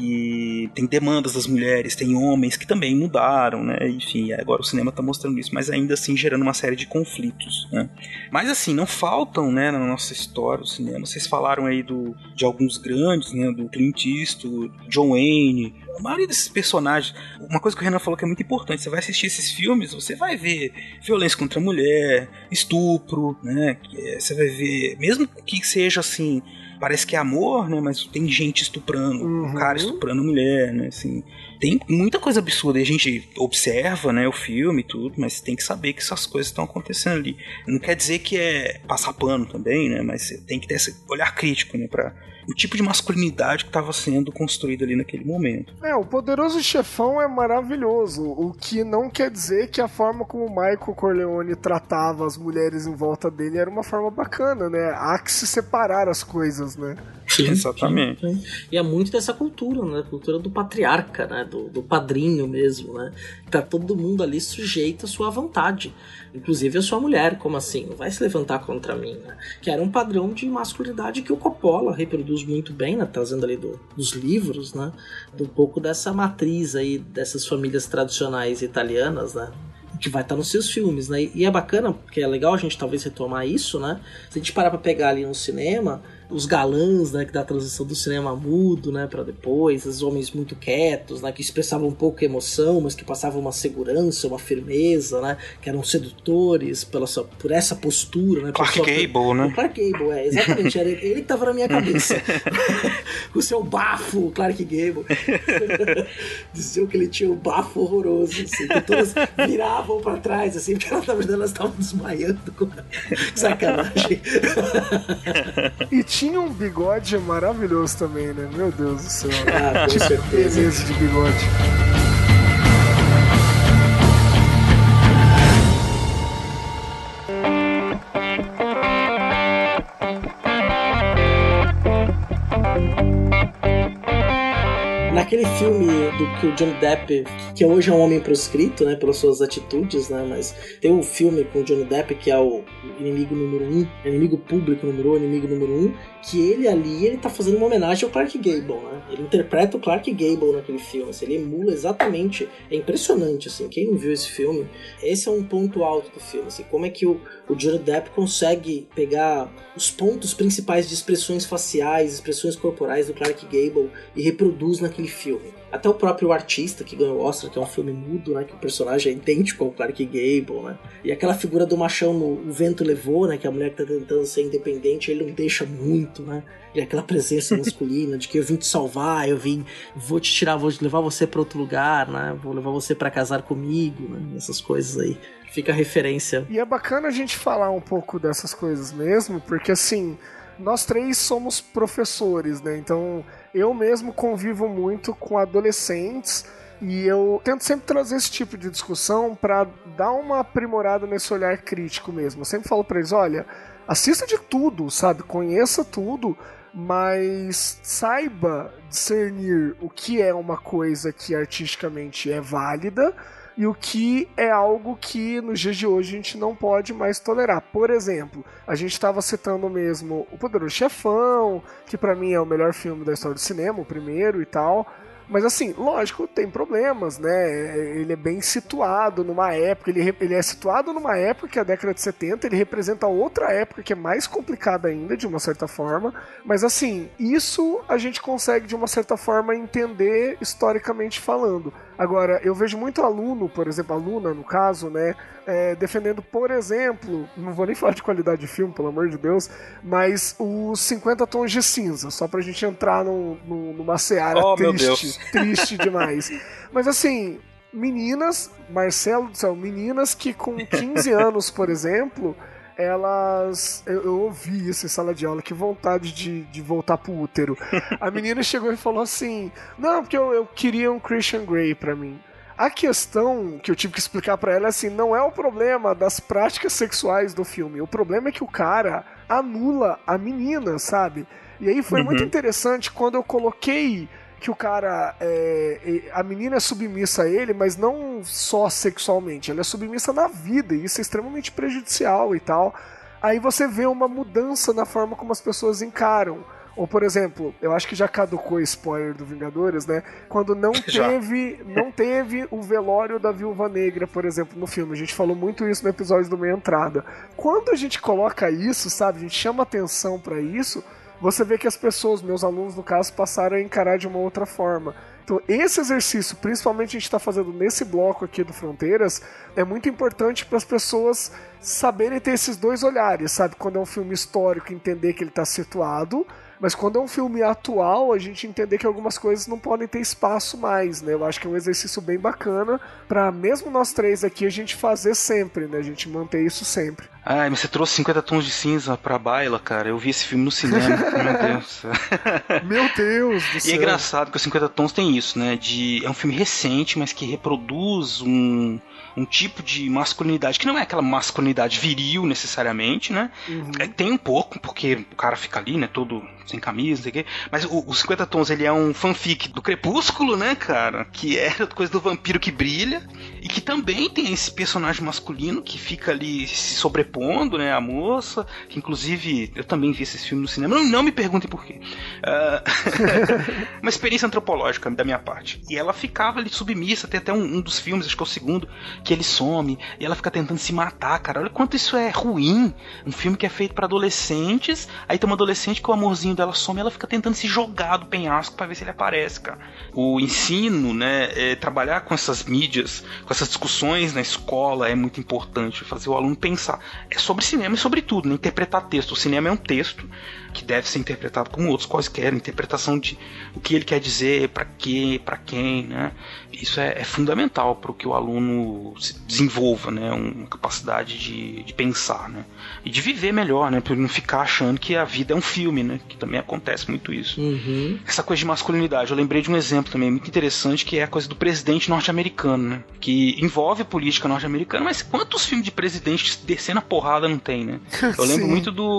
Que tem demandas das mulheres, tem homens que também mudaram, né? Enfim, agora o cinema tá mostrando isso, mas ainda assim gerando uma série de conflitos, né? Mas assim, não faltam, né, na nossa história, o cinema. Vocês falaram aí de alguns grandes, né? Do Clint Eastwood, John Wayne... A maioria desses personagens, uma coisa que o Renan falou que é muito importante, você vai assistir esses filmes, você vai ver violência contra a mulher, estupro, né? Você vai ver, mesmo que seja assim, parece que é amor, né? Mas tem gente estuprando, um cara estuprando a mulher, né? Assim, tem muita coisa absurda e a gente observa, né, o filme e tudo, mas tem que saber que essas coisas estão acontecendo ali. Não quer dizer que é passar pano também, né? Mas tem que ter esse olhar crítico, né? Pra o tipo de masculinidade que estava sendo construído ali naquele momento. O Poderoso Chefão é maravilhoso, o que não quer dizer que a forma como o Michael Corleone tratava as mulheres em volta dele era uma forma bacana, né? Há que se separar as coisas, né? Sim, exatamente. Sim. E é muito dessa cultura, né? Cultura do patriarca, né? Do padrinho mesmo, né? Tá todo mundo ali sujeito à sua vontade. Inclusive a sua mulher, como assim? Não vai se levantar contra mim, né? Que era um padrão de masculinidade que o Coppola reproduz muito bem, né? Trazendo ali dos livros, né? Um pouco dessa matriz aí, dessas famílias tradicionais italianas, né? Que vai estar nos seus filmes, né? E é bacana, porque é legal a gente talvez retomar isso, né? Se a gente parar pra pegar ali no cinema, os galãs, né, que da transição do cinema mudo, né, para depois, os homens muito quietos, né, que expressavam um pouco emoção, mas que passavam uma segurança, uma firmeza, né, que eram sedutores por essa postura, né. Clark Gable, né? O Clark Gable, exatamente, era ele que tava na minha cabeça. O seu bafo, Clark Gable. Diziam que ele tinha um bafo horroroso, assim, que todas viravam para trás, assim, porque na verdade elas estavam desmaiando. Sacanagem. E tinha um bigode maravilhoso também, né? Meu Deus do céu. Com certeza. Beleza de bigode. Naquele filme do que o Johnny Depp, que hoje é um homem proscrito, né, pelas suas atitudes, né, mas tem um filme com o Johnny Depp que é o inimigo número 1, inimigo público número 1, inimigo número 1, que ele tá fazendo uma homenagem ao Clark Gable, né? Ele interpreta o Clark Gable naquele filme, assim, ele emula exatamente, é impressionante, assim, quem não viu esse filme, esse é um ponto alto do filme, assim, como é que o Johnny Depp consegue pegar os pontos principais de expressões faciais, expressões corporais do Clark Gable e reproduz naquele filme. Até o próprio Artista, que ganhou o Oscar, que é um filme mudo, né, que o personagem é idêntico ao Clark Gable, né, e aquela figura do machão no O Vento Levou, né, que a mulher que tá tentando ser independente, ele não deixa muito, né, e aquela presença masculina de que eu vim te salvar, vou te tirar, vou levar você pra outro lugar, né, vou levar você pra casar comigo, né, essas coisas aí. Fica a referência. E é bacana a gente falar um pouco dessas coisas mesmo, porque assim, nós três somos professores, né, então eu mesmo convivo muito com adolescentes e eu tento sempre trazer esse tipo de discussão para dar uma aprimorada nesse olhar crítico mesmo. Eu sempre falo para eles, olha, assista de tudo, sabe? Conheça tudo, mas saiba discernir o que é uma coisa que artisticamente é válida e o que é algo que nos dias de hoje a gente não pode mais tolerar. Por exemplo, a gente estava citando mesmo O Poderoso Chefão, que pra mim é o melhor filme da história do cinema, o primeiro e tal. Mas assim, lógico, tem problemas, né? Ele é bem situado numa época, ele é situado numa época que é a década de 70, ele representa outra época que é mais complicada ainda, de uma certa forma. Mas assim, isso a gente consegue de uma certa forma entender historicamente falando. Agora, eu vejo muito aluno, por exemplo, aluna no caso, né, defendendo, por exemplo, não vou nem falar de qualidade de filme, pelo amor de Deus, mas os 50 Tons de Cinza, só pra gente entrar numa seara triste demais. Mas assim, meninas, Marcelo do céu, meninas que com 15 anos, por exemplo, elas... Eu ouvi isso em sala de aula, que vontade de voltar pro útero. A menina chegou e falou assim, não, porque eu queria um Christian Grey pra mim. A questão que eu tive que explicar pra ela é assim, não é o problema das práticas sexuais do filme, o problema é que o cara anula a menina, sabe? E aí foi muito interessante quando eu coloquei que o cara, a menina é submissa a ele, mas não só sexualmente, ela é submissa na vida, e isso é extremamente prejudicial e tal. Aí você vê uma mudança na forma como as pessoas encaram. Ou, por exemplo, eu acho que já caducou o spoiler do Vingadores, né? Quando não teve o velório da Viúva Negra, por exemplo, no filme. A gente falou muito isso no episódio do Meia Entrada. Quando a gente coloca isso, sabe? A gente chama atenção pra isso, você vê que as pessoas, meus alunos no caso, passaram a encarar de uma outra forma. Então esse exercício, principalmente a gente está fazendo nesse bloco aqui do Fronteiras, é muito importante para as pessoas saberem ter esses dois olhares, sabe? Quando é um filme histórico, entender que ele está situado, mas quando é um filme atual, a gente entender que algumas coisas não podem ter espaço mais, né? Eu acho que é um exercício bem bacana para mesmo nós três aqui a gente fazer sempre, né? A gente manter isso sempre. Ai, mas você trouxe 50 Tons de Cinza pra baila, cara. Eu vi esse filme no cinema, meu Deus. Meu Deus do céu. E é engraçado que os 50 Tons tem isso, né? É um filme recente, mas que reproduz um tipo de masculinidade, que não é aquela masculinidade viril necessariamente, né? Tem um pouco, porque o cara fica ali, né? Todo sem camisa, não sei o quê. Mas o 50 Tons, ele é um fanfic do Crepúsculo, né, cara? Que é coisa do vampiro que brilha. E que também tem esse personagem masculino que fica ali se sobrepondo, né? A moça, que inclusive eu também vi esse filme no cinema. Não me perguntem por quê. Uma experiência antropológica da minha parte. E ela ficava ali submissa. Tem até um dos filmes, acho que é o segundo, que ele some e ela fica tentando se matar, cara. Olha quanto isso é ruim. Um filme que é feito pra adolescentes. Aí tem uma adolescente que o amorzinho dela some e ela fica tentando se jogar do penhasco pra ver se ele aparece, cara. O ensino, né, trabalhar com essas mídias, com essas discussões na escola é muito importante, fazer o aluno pensar. É sobre cinema e sobre tudo, né? Interpretar texto. O cinema é um texto que deve ser interpretado como outros quaisquer, interpretação de o que ele quer dizer, pra quê, pra quem, né? Isso é fundamental para que o aluno se desenvolva, né? Uma capacidade de pensar, né? E de viver melhor, né? Para não ficar achando que a vida é um filme, né? Que também acontece muito isso. Essa coisa de masculinidade, eu lembrei de um exemplo também muito interessante, que é a coisa do presidente norte-americano, né? Que envolve a política norte-americana, mas quantos filmes de presidente descendo a porrada não tem, né? Eu lembro muito do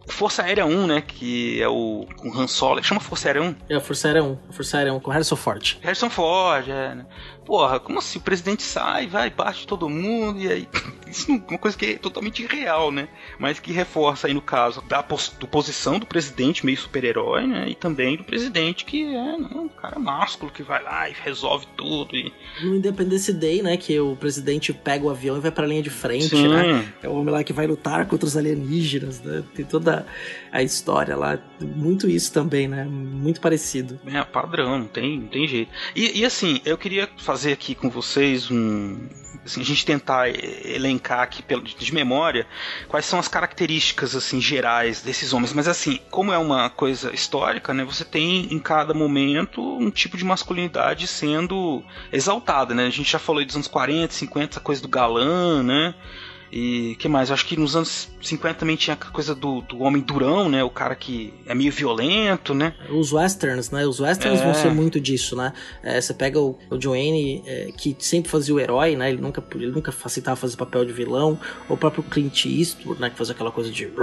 Força Aérea 1, né, que é o Han Solo, chama Força Aérea 1? É a Força Aérea 1, com Harrison Ford. Harrison Ford, né? Porra, como assim? O presidente sai, vai, bate todo mundo, e aí... Isso é uma coisa que é totalmente irreal, né? Mas que reforça aí, no caso, da posição do presidente, meio super-herói, né? E também do presidente, que é um cara másculo, que vai lá e resolve tudo. E... No Independence Day, né? Que o presidente pega o avião e vai pra linha de frente, Sim. né? É o homem lá que vai lutar contra os alienígenas, né? Tem toda a história lá. Muito isso também, né? Muito parecido. É, padrão, não tem jeito. E assim, eu queria fazer aqui com vocês assim, a gente tentar elencar aqui de memória quais são as características assim gerais desses homens, mas assim, como é uma coisa histórica, né, você tem em cada momento um tipo de masculinidade sendo exaltada, né? A gente já falou aí dos anos 40, 50, essa coisa do galã, né? E que mais? Eu acho que nos anos 50 também tinha a coisa do homem durão, né? O cara que é meio violento, né? Os westerns, né? Os westerns vão ser muito disso, né? Você pega o John Wayne, que sempre fazia o herói, né? Ele nunca aceitava fazer papel de vilão. Ou o próprio Clint Eastwood, né? Que fazia aquela coisa de...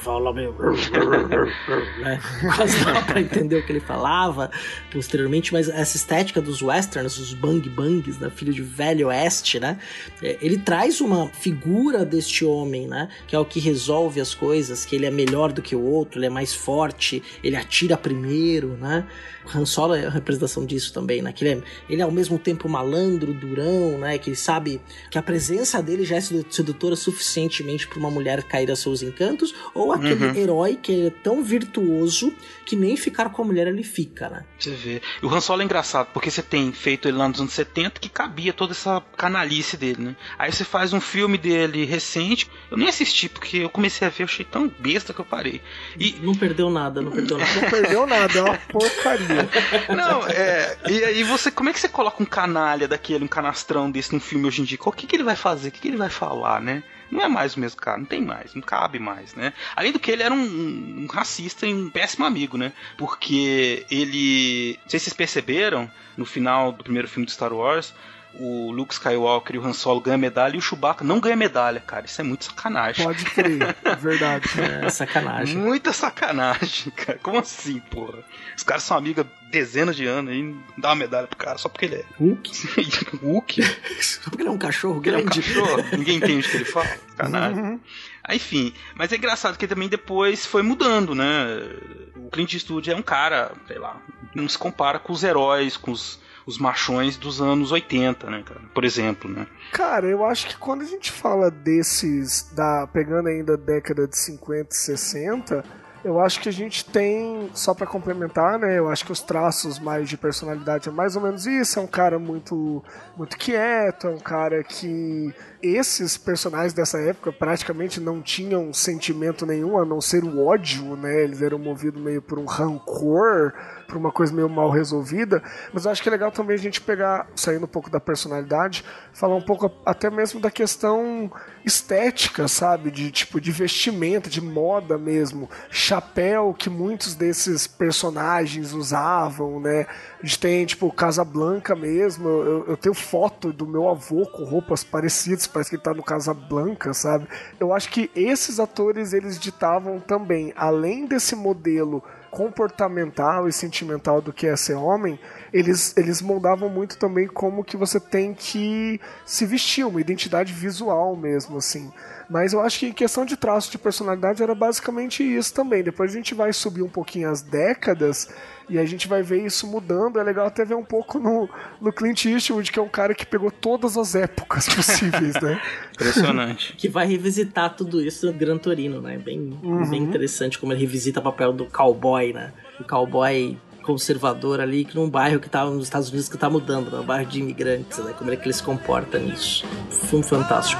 né? Quase dava pra entender o que ele falava posteriormente, mas essa estética dos westerns, os bang-bangs, né? Filho de velho oeste, né? Ele traz uma figura deste homem, né? Que é o que resolve as coisas, que ele é melhor do que o outro, ele é mais forte, ele atira primeiro, né? O Han Solo é a representação disso também, né? Que ele é ao mesmo tempo malandro, durão, né? Que ele sabe que a presença dele já é sedutora suficientemente para uma mulher cair a seus encantos, ou aquele herói que é tão virtuoso que nem ficar com a mulher ele fica, né? Você vê. E o Han Solo é engraçado, porque você tem feito ele lá nos anos 70 que cabia toda essa canalice dele, né? Aí você faz um filme dele recente, eu nem assisti, porque eu comecei a ver, eu achei tão besta que eu parei. E... Não perdeu nada. Não perdeu nada, é uma porcaria. Não, e aí como é que você coloca um canalha daquele, um canastrão desse num filme hoje em dia? O que ele vai fazer? O que ele vai falar, né? Não é mais o mesmo cara, não tem mais, não cabe mais, né? Além do que ele era um racista e um péssimo amigo, né? Porque ele... Não sei se vocês perceberam, no final do primeiro filme de Star Wars, o Luke Skywalker e o Han Solo ganham medalha e o Chewbacca não ganha medalha, cara. Isso é muito sacanagem. Pode crer, é verdade. É sacanagem. Muita sacanagem, cara. Como assim, porra? Os caras são amigos há dezenas de anos e não dá uma medalha pro cara só porque ele é Hulk. Hulk? Só porque ele é um cachorro grande. Ele é um cachorro, ninguém entende o que ele fala. Sacanagem. Enfim, mas é engraçado que também depois foi mudando, né? O Clint Eastwood é um cara, sei lá, não se compara com os heróis, com os machões dos anos 80, né, cara? Por exemplo, né? Cara, eu acho que quando a gente fala desses, pegando ainda a década de 50 e 60, eu acho que a gente tem, só pra complementar, né, eu acho que os traços mais de personalidade é mais ou menos isso, é um cara muito, muito quieto, é um cara que... Esses personagens dessa época praticamente não tinham sentimento nenhum, a não ser o ódio, né? Eles eram movidos meio por um rancor, por uma coisa meio mal resolvida. Mas eu acho que é legal também a gente pegar, saindo um pouco da personalidade, falar um pouco até mesmo da questão estética, sabe? De tipo, de vestimenta, de moda mesmo. Chapéu que muitos desses personagens usavam, né? A gente tem, tipo, Casablanca mesmo. Eu tenho foto do meu avô com roupas parecidas, parece que ele tá no Casablanca, sabe? Eu acho que esses atores, eles ditavam também, além desse modelo comportamental e sentimental do que é ser homem, eles moldavam muito também como que você tem que se vestir, uma identidade visual mesmo, assim. Mas eu acho que em questão de traço de personalidade era basicamente isso também. Depois a gente vai subir um pouquinho as décadas e a gente vai ver isso mudando. É legal até ver um pouco no Clint Eastwood, que é um cara que pegou todas as épocas possíveis, né? Impressionante. Que vai revisitar tudo isso no Gran Torino, né? Bem interessante como ele revisita o papel do cowboy, né? O cowboy conservador ali, que num bairro que tá nos Estados Unidos que tá mudando, né? Um bairro de imigrantes, né? Como é que ele se comporta nisso. Filme fantástico.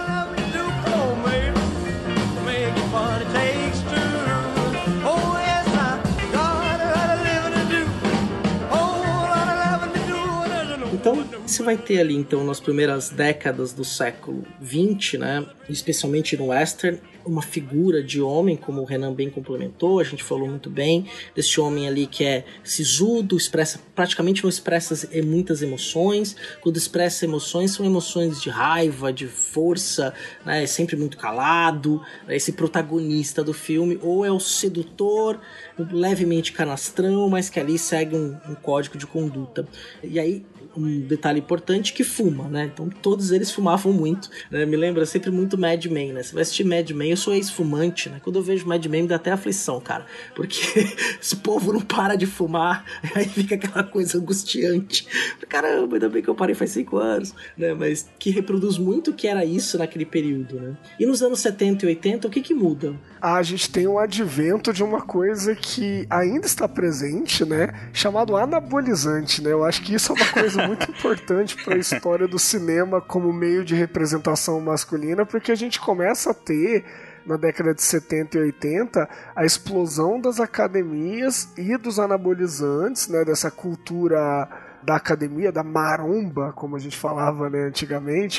Então, você vai ter ali, então, nas primeiras décadas do século XX, né, especialmente no western, uma figura de homem, como o Renan bem complementou, a gente falou muito bem, desse homem ali que é sisudo, praticamente não expressa muitas emoções, quando expressa emoções, são emoções de raiva, de força, né, é sempre muito calado, esse protagonista do filme, ou é o sedutor, levemente canastrão, mas que ali segue um código de conduta. E aí, um detalhe importante, que fuma, né? Então todos eles fumavam muito, né? Me lembra sempre muito Mad Men, né? Você vai assistir Mad Men, eu sou ex-fumante, né? Quando eu vejo Mad Men me dá até aflição, cara, porque esse povo não para de fumar, aí fica aquela coisa angustiante. Caramba, ainda bem que eu parei faz 5 anos, né? Mas que reproduz muito o que era isso naquele período, né? E nos anos 70 e 80, o que muda? A gente tem um advento de uma coisa que ainda está presente, né? Chamado anabolizante, né? Eu acho que isso é uma coisa muito importante para a história do cinema como meio de representação masculina, porque a gente começa a ter, na década de 70 e 80, a explosão das academias e dos anabolizantes, né? Dessa cultura da academia, da maromba, como a gente falava, né, antigamente,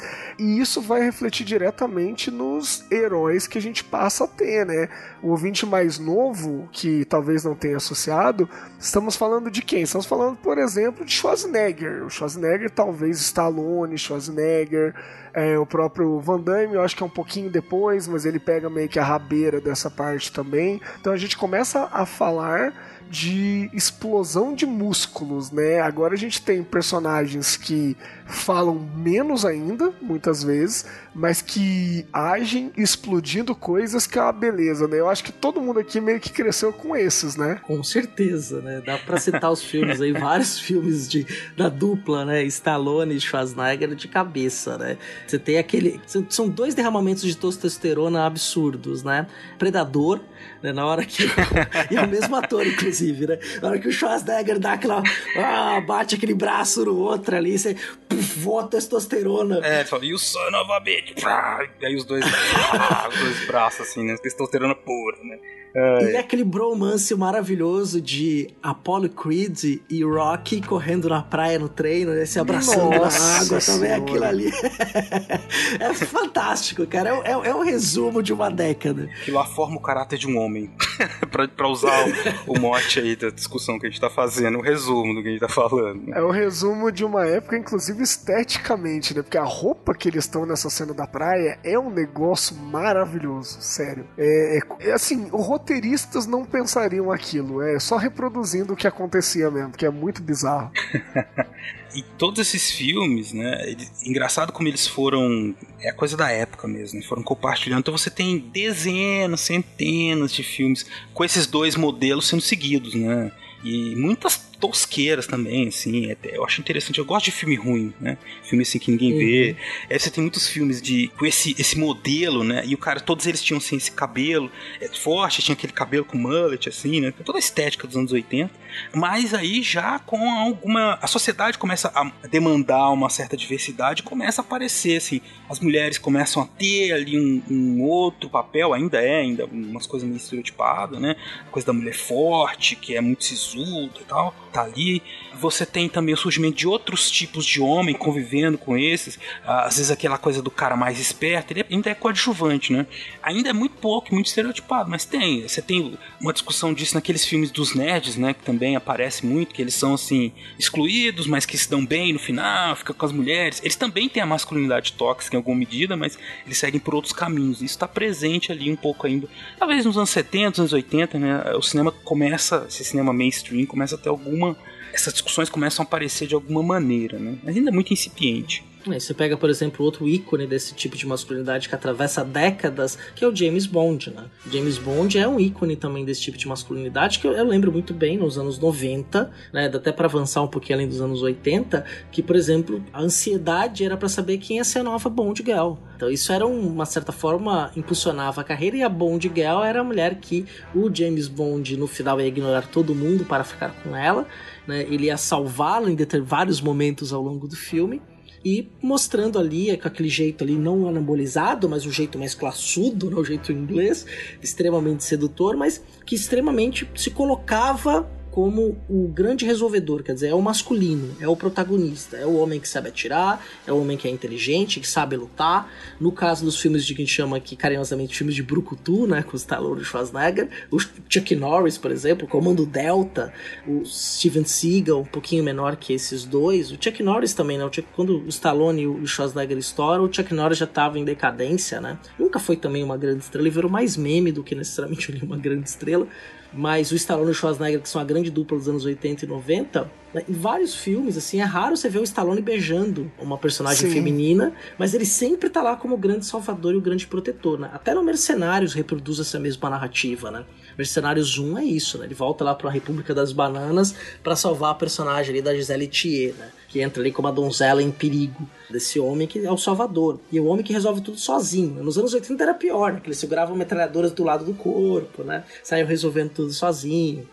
e isso vai refletir diretamente nos heróis que a gente passa a ter, né? O ouvinte mais novo, que talvez não tenha associado, estamos falando de quem? Estamos falando, por exemplo, de Schwarzenegger. O Schwarzenegger, talvez Stallone, Schwarzenegger, o próprio Van Damme, eu acho que é um pouquinho depois, mas ele pega meio que a rabeira dessa parte também. Então a gente começa a falar de explosão de músculos, né? Agora a gente tem personagens que falam menos ainda, muitas vezes, mas que agem explodindo coisas que é uma beleza, né? Eu acho que todo mundo aqui meio que cresceu com esses, né? Com certeza, né? Dá pra citar os filmes aí, vários filmes da dupla, né? Stallone e Schwarzenegger de cabeça, né? Você tem aquele... São 2 derramamentos de testosterona absurdos, né? Predador, né? Na hora que... e é o mesmo ator, inclusive, né? Na hora que o Schwarzenegger dá aquela... bate aquele braço no outro ali, você... voa testosterona. Fala, e o son of a bitch. E aí os dois braços, assim, né? Testosterona pura, né? E aquele bromance maravilhoso de Apollo Creed e Rocky correndo na praia no treino, né? Se abraçando na água também, aquilo ali. É fantástico, cara. É um resumo de uma década. Aquilo lá forma o caráter de um homem. pra usar o mote aí da discussão que a gente tá fazendo, o resumo do que a gente tá falando. É o resumo de uma época, inclusive esteticamente, né? Porque a roupa que eles estão nessa cena da praia é um negócio maravilhoso, sério. Assim, os roteiristas não pensariam aquilo, é só reproduzindo o que acontecia mesmo, que é muito bizarro. E todos esses filmes, né, engraçado como eles foram, é a coisa da época mesmo, né, foram compartilhando. Então você tem dezenas, centenas de filmes com esses 2 modelos sendo seguidos, né, e muitas tosqueiras também, assim, eu acho interessante, eu gosto de filme ruim, né, filme assim que ninguém vê. Aí você tem muitos filmes com esse modelo, né, e o cara, todos eles tinham assim, esse cabelo forte, tinha aquele cabelo com mullet, assim, né, toda a estética dos anos 80, mas aí já com a sociedade começa a demandar uma certa diversidade, começa a aparecer, assim, as mulheres começam a ter ali um outro papel, ainda umas coisas meio estereotipadas, né, a coisa da mulher forte, que é muito sisuda e tal, tá ali. Você tem também o surgimento de outros tipos de homem convivendo com esses, às vezes aquela coisa do cara mais esperto, ele ainda é coadjuvante, né? Ainda é muito pouco, muito estereotipado, mas você tem uma discussão disso naqueles filmes dos nerds, né, que também aparece muito, que eles são assim, excluídos, mas que se dão bem no final, ficam com as mulheres. Eles também têm a masculinidade tóxica em alguma medida, mas eles seguem por outros caminhos. Isso está presente ali um pouco ainda. Talvez nos anos 70, nos anos 80, né, o cinema começa, esse cinema mainstream começa a ter essas discussões começam a aparecer de alguma maneira, né? Mas ainda é muito incipiente. Você pega, por exemplo, outro ícone desse tipo de masculinidade que atravessa décadas, que é o James Bond, né? James Bond é um ícone também desse tipo de masculinidade, que eu lembro muito bem nos anos 90, né? Dá até pra avançar um pouquinho além dos anos 80, que, por exemplo, a ansiedade era pra saber quem ia ser a nova Bond Girl. Então isso era uma certa forma, impulsionava a carreira, e a Bond Girl era a mulher que o James Bond no final ia ignorar todo mundo para ficar com ela, né? Ele ia salvá-la em vários momentos ao longo do filme, e mostrando ali, com aquele jeito ali não anabolizado, mas um jeito mais classudo, né? O jeito inglês, extremamente sedutor, mas que extremamente se colocava como o grande resolvedor, quer dizer, é o masculino, é o protagonista, é o homem que sabe atirar, é o homem que é inteligente, que sabe lutar. No caso dos filmes de que a gente chama aqui carinhosamente filmes de brucutu, né, com o Stallone e o Schwarzenegger, o Chuck Norris, por exemplo, o Comando Delta, o Steven Seagal, um pouquinho menor que esses dois, o Chuck Norris também, né, quando o Stallone e o Schwarzenegger estouram, o Chuck Norris já estava em decadência, né, nunca foi também uma grande estrela, ele virou mais meme do que necessariamente uma grande estrela, mas o Stallone e o Schwarzenegger, que são a grande dupla dos anos 80 e 90, né, em vários filmes, assim, é raro você ver o Stallone beijando uma personagem feminina, mas ele sempre tá lá como o grande salvador e o grande protetor, né? Até no Mercenários reproduz essa mesma narrativa, né? Mercenários 1 é isso, né? Ele volta lá pra República das Bananas pra salvar a personagem ali da Gisele Thier, né? Que entra ali como a donzela em perigo desse homem que é o salvador. E é o homem que resolve tudo sozinho. Nos anos 80 era pior, né? Que eles seguravam metralhadoras do lado do corpo, né? Saiam resolvendo tudo sozinho.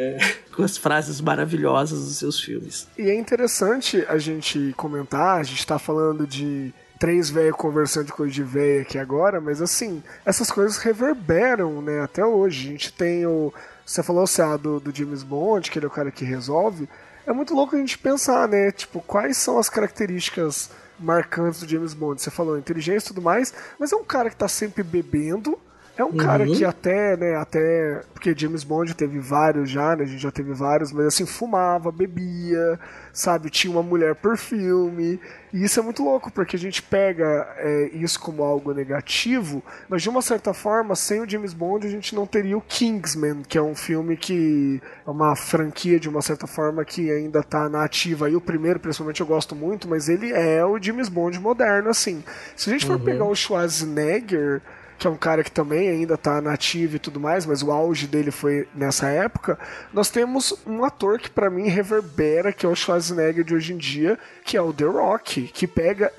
Com as frases maravilhosas dos seus filmes. E é interessante a gente comentar, a gente tá falando de 3 velhos conversando de coisa de velho aqui agora, mas assim, essas coisas reverberam, né, até hoje. A gente tem você falou, do James Bond, que ele é o cara que resolve. É muito louco a gente pensar, né, tipo, quais são as características marcantes do James Bond. Você falou inteligência e tudo mais, mas é um cara que tá sempre bebendo. É um cara que até, porque James Bond teve vários já, né, a gente já teve vários, mas assim, fumava, bebia, sabe, tinha uma mulher por filme, e isso é muito louco, porque a gente pega isso como algo negativo, mas de uma certa forma, sem o James Bond, a gente não teria o Kingsman, que é um filme que é uma franquia, de uma certa forma, que ainda tá na ativa, e o primeiro, principalmente, eu gosto muito, mas ele é o James Bond moderno, assim. Se a gente for pegar o Schwarzenegger, que é um cara que também ainda tá nativo e tudo mais, mas o auge dele foi nessa época, nós temos um ator que pra mim reverbera, que é o Schwarzenegger de hoje em dia, que é o The Rock, que pega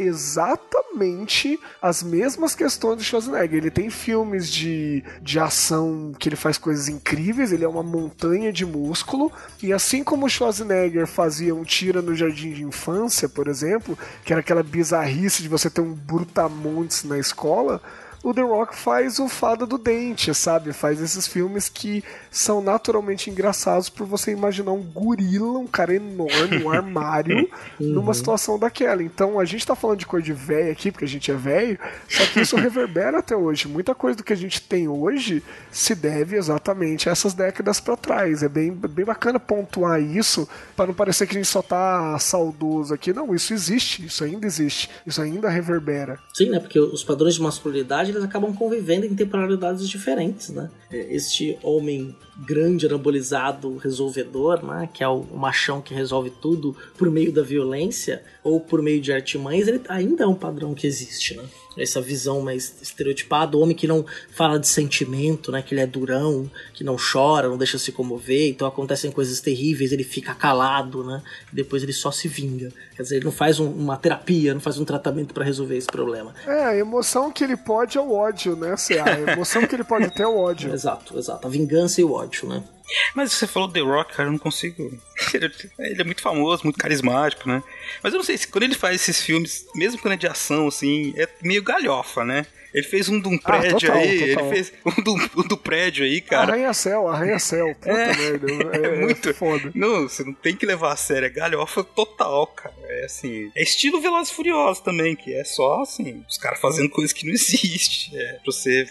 exatamente as mesmas questões do Schwarzenegger. Ele tem filmes de ação que ele faz coisas incríveis, ele é uma montanha de músculo, e assim como o Schwarzenegger fazia um Tira no Jardim de Infância, por exemplo, que era aquela bizarrice de você ter um brutamontes na escola, o The Rock faz o Fada do Dente, sabe? Faz esses filmes que são naturalmente engraçados por você imaginar um gorila, um cara enorme, um armário, numa situação daquela. Então, a gente tá falando de coisa de velho aqui, porque a gente é velho, só que isso reverbera até hoje. Muita coisa do que a gente tem hoje se deve exatamente a essas décadas pra trás. É bem bacana pontuar isso, para não parecer que a gente só tá saudoso aqui. Não, isso existe, isso ainda reverbera. Sim, né? Porque os padrões de masculinidade eles acabam convivendo em temporalidades diferentes, né? Este homem grande, anabolizado, resolvedor, né? Que é o machão que resolve tudo por meio da violência ou por meio de artimanhas, ele ainda é um padrão que existe, né? Essa visão mais estereotipada, o homem que não fala de sentimento, né? Que ele é durão, que não chora, não deixa se comover, então acontecem coisas terríveis, ele fica calado, né? E depois ele só se vinga. Quer dizer, ele não faz uma terapia, não faz um tratamento para resolver esse problema. A emoção que ele pode é o ódio, né? A emoção que ele pode ter é o ódio. Exato. A vingança e o ódio, né? Mas você falou The Rock, cara, eu não consigo... Ele é muito famoso, muito carismático, né? Mas eu não sei, quando ele faz esses filmes, mesmo quando é de ação, assim, é meio galhofa, né? Ele fez um de um prédio total. Ele fez um do prédio aí, cara. Arranha-céu, puta merda. É muito foda. Não, você não tem que levar a sério, é galhofa total, cara. É assim, é estilo Velozes e Furiosos também, que é só assim, os caras fazendo coisas que não existem. Pra você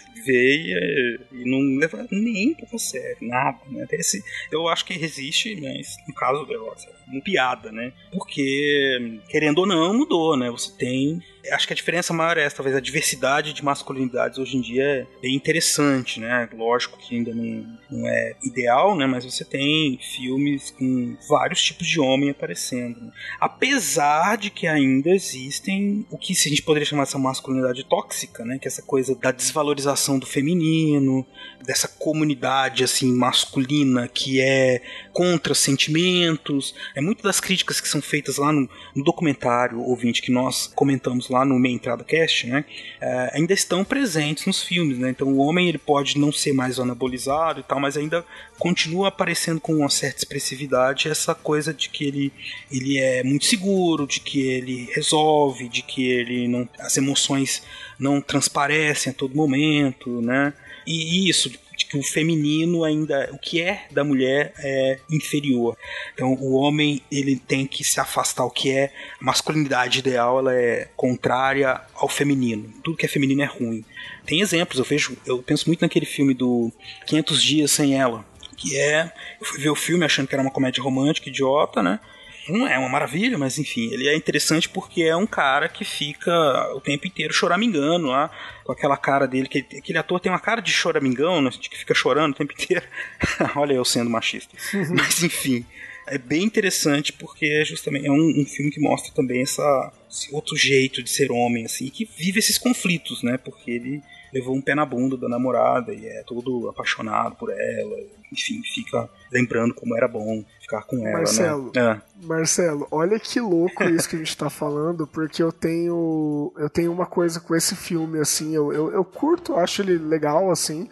ver e não levar nem pra sério, nada, né? Eu acho que resiste, mas no caso do Velozes é uma piada, né? Porque, querendo ou não, mudou, né? Você tem... Acho que a diferença maior é essa, talvez a diversidade de masculinidades hoje em dia é bem interessante, né? Lógico que ainda não é ideal, né? Mas você tem filmes com vários tipos de homem aparecendo, né? Apesar de que ainda existem o que a gente poderia chamar essa masculinidade tóxica, né? Que é essa coisa da desvalorização do feminino, dessa comunidade assim masculina que é contra sentimentos. É muito das críticas que são feitas lá no documentário, ouvinte, que nós comentamos lá no Meia Entrada Cast, né, ainda estão presentes nos filmes, né? Então o homem ele pode não ser mais anabolizado e tal, mas ainda continua aparecendo com uma certa expressividade essa coisa de que ele é muito seguro, de que ele resolve, de que as emoções não transparecem a todo momento, né? E isso, de que o feminino ainda, o que é da mulher é inferior. Então o homem, ele tem que se afastar. O que é a masculinidade ideal, ela é contrária ao feminino. Tudo que é feminino é ruim. Tem exemplos, eu penso muito naquele filme do 500 Dias Sem Ela, que eu fui ver o filme achando que era uma comédia romântica, idiota, né? Não é uma maravilha, mas enfim, ele é interessante porque é um cara que fica o tempo inteiro choramingando lá, com aquela cara dele, que aquele ator tem uma cara de choramingão, né, que fica chorando o tempo inteiro. Olha eu sendo machista. Mas enfim, é bem interessante porque justamente é um filme que mostra também esse outro jeito de ser homem, assim, que vive esses conflitos, né, porque ele levou um pé na bunda da namorada e é todo apaixonado por ela, enfim, fica lembrando como era bom ficar com ela, Marcelo, né? Marcelo, olha que louco isso que a gente tá falando, porque eu tenho uma coisa com esse filme, assim, eu curto, acho ele legal, assim,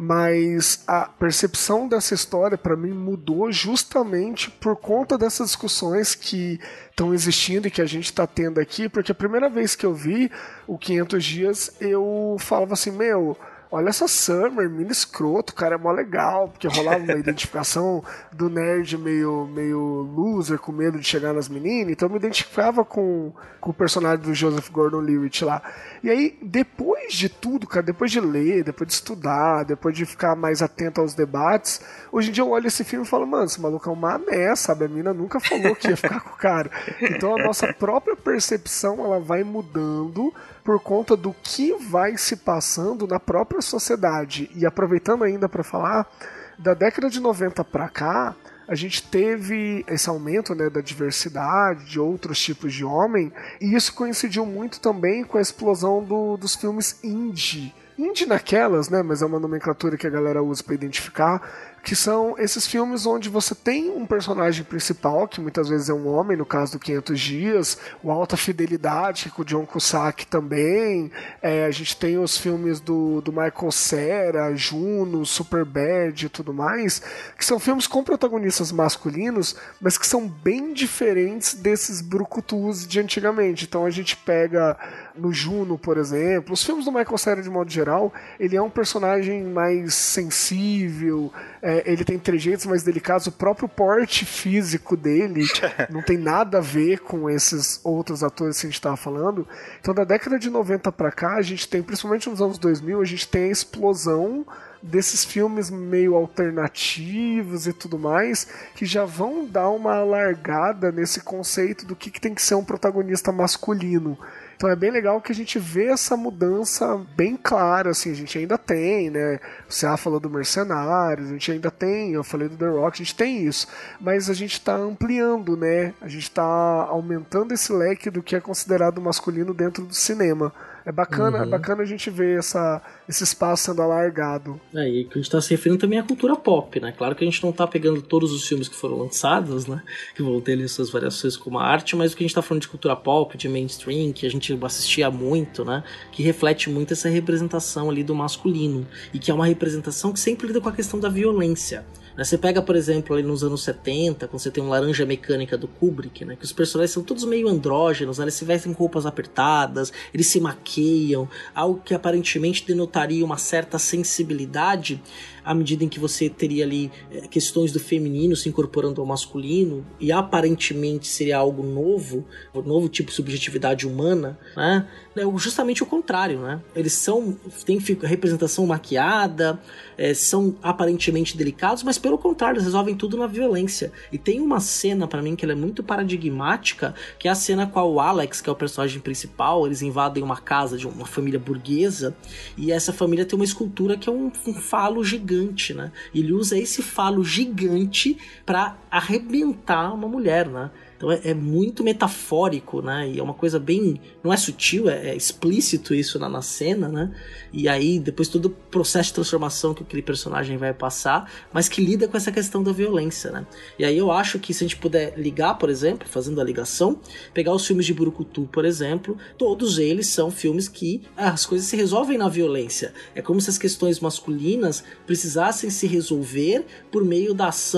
mas a percepção dessa história pra mim mudou justamente por conta dessas discussões que estão existindo e que a gente tá tendo aqui, porque a primeira vez que eu vi o 500 Dias, eu falava assim, olha essa Summer, mina escroto, o cara é mó legal, porque rolava uma identificação do nerd meio loser, com medo de chegar nas meninas, então eu me identificava com o personagem do Joseph Gordon-Levitt lá. E aí, depois de tudo, cara, depois de ler, depois de estudar, depois de ficar mais atento aos debates, hoje em dia eu olho esse filme e falo, mano, esse maluco é uma mané, sabe? A mina nunca falou que ia ficar com o cara. Então a nossa própria percepção, ela vai mudando por conta do que vai se passando na própria sociedade. E aproveitando ainda para falar, da década de 90 para cá, a gente teve esse aumento, né, da diversidade, de outros tipos de homem, e isso coincidiu muito também com a explosão dos filmes indie. Indie naquelas, né, mas é uma nomenclatura que a galera usa para identificar, que são esses filmes onde você tem um personagem principal, que muitas vezes é um homem, no caso do 500 Dias, o Alta Fidelidade, com o John Cusack também, a gente tem os filmes do Michael Cera, Juno, Superbad e tudo mais, que são filmes com protagonistas masculinos, mas que são bem diferentes desses brucutus de antigamente. Então a gente pega no Juno, por exemplo, os filmes do Michael Cera, de modo geral, ele é um personagem mais sensível, ele tem trejeitos mais delicados, o próprio porte físico dele não tem nada a ver com esses outros atores que a gente estava falando. Então da década de 90 para cá, a gente tem, principalmente nos anos 2000, a gente tem a explosão desses filmes meio alternativos e tudo mais, que já vão dar uma alargada nesse conceito do que tem que ser um protagonista masculino. Então é bem legal que a gente vê essa mudança bem clara, assim, a gente ainda tem, né, o C.A. falou do Mercenários, a gente ainda tem, eu falei do The Rock, a gente tem isso, mas a gente tá ampliando, né, a gente tá aumentando esse leque do que é considerado masculino dentro do cinema. É bacana a gente ver esse espaço sendo alargado. E que a gente tá se referindo também à cultura pop, né? Claro que a gente não tá pegando todos os filmes que foram lançados, né? Que vão ter ali suas variações como arte, mas o que a gente tá falando de cultura pop, de mainstream, que a gente assistia muito, né? Que reflete muito essa representação ali do masculino. E que é uma representação que sempre lida com a questão da violência. Você pega, por exemplo, ali nos anos 70, quando você tem um Laranja Mecânica do Kubrick, né, que os personagens são todos meio andrógenos, né, eles se vestem com roupas apertadas, eles se maqueiam, algo que aparentemente denotaria uma certa sensibilidade, à medida em que você teria ali questões do feminino se incorporando ao masculino, e aparentemente seria algo novo, um novo tipo de subjetividade humana, né? Justamente o contrário, né? Eles têm representação maquiada, são aparentemente delicados, mas pelo contrário, eles resolvem tudo na violência. E tem uma cena, pra mim, que ela é muito paradigmática, que é a cena com o Alex, que é o personagem principal. Eles invadem uma casa de uma família burguesa, e essa família tem uma escultura que é um falo gigante, né? E ele usa esse falo gigante pra arrebentar uma mulher, né? Então é muito metafórico, né? E é uma coisa bem... Não é sutil, é explícito isso na cena, né? E aí depois todo o processo de transformação que aquele personagem vai passar, mas que lida com essa questão da violência, né? E aí eu acho que se a gente puder ligar, por exemplo, fazendo a ligação, pegar os filmes de Brucutu, por exemplo, todos eles são filmes que as coisas se resolvem na violência. É como se as questões masculinas precisassem se resolver por meio da ação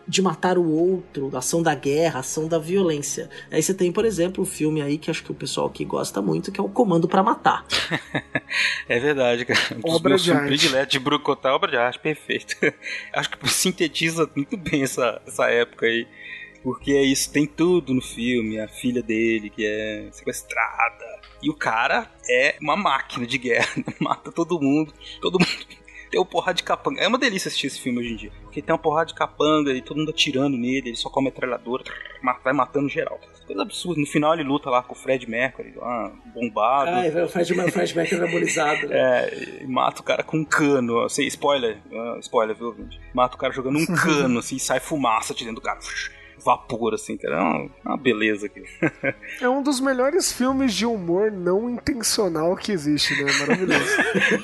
de matar o outro, da ação da guerra, ação da violência. Aí você tem, por exemplo, um filme aí que acho que o pessoal aqui gosta muito, que é o Comando pra Matar. É verdade, cara. Obra de arte. Predileto de Brucotar, obra de arte, perfeito. Acho que sintetiza muito bem essa época aí. Porque é isso, tem tudo no filme, a filha dele que é sequestrada. E o cara é uma máquina de guerra, mata todo mundo tem uma porrada de capanga. É uma delícia assistir esse filme hoje em dia. Porque tem uma porrada de capanga e todo mundo atirando nele, ele só com a metralhadora, vai matando geral. Coisa absurda. No final ele luta lá com o Fred Mercury, lá, bombado. O Fred Mercury anabolizado. E mata o cara com um cano. Assim, spoiler, viu, gente? Mata o cara jogando um cano, assim, e sai fumaça de dentro do cara. Vapor, assim, cara. É uma beleza aqui. É um dos melhores filmes de humor não intencional que existe, né? Maravilhoso.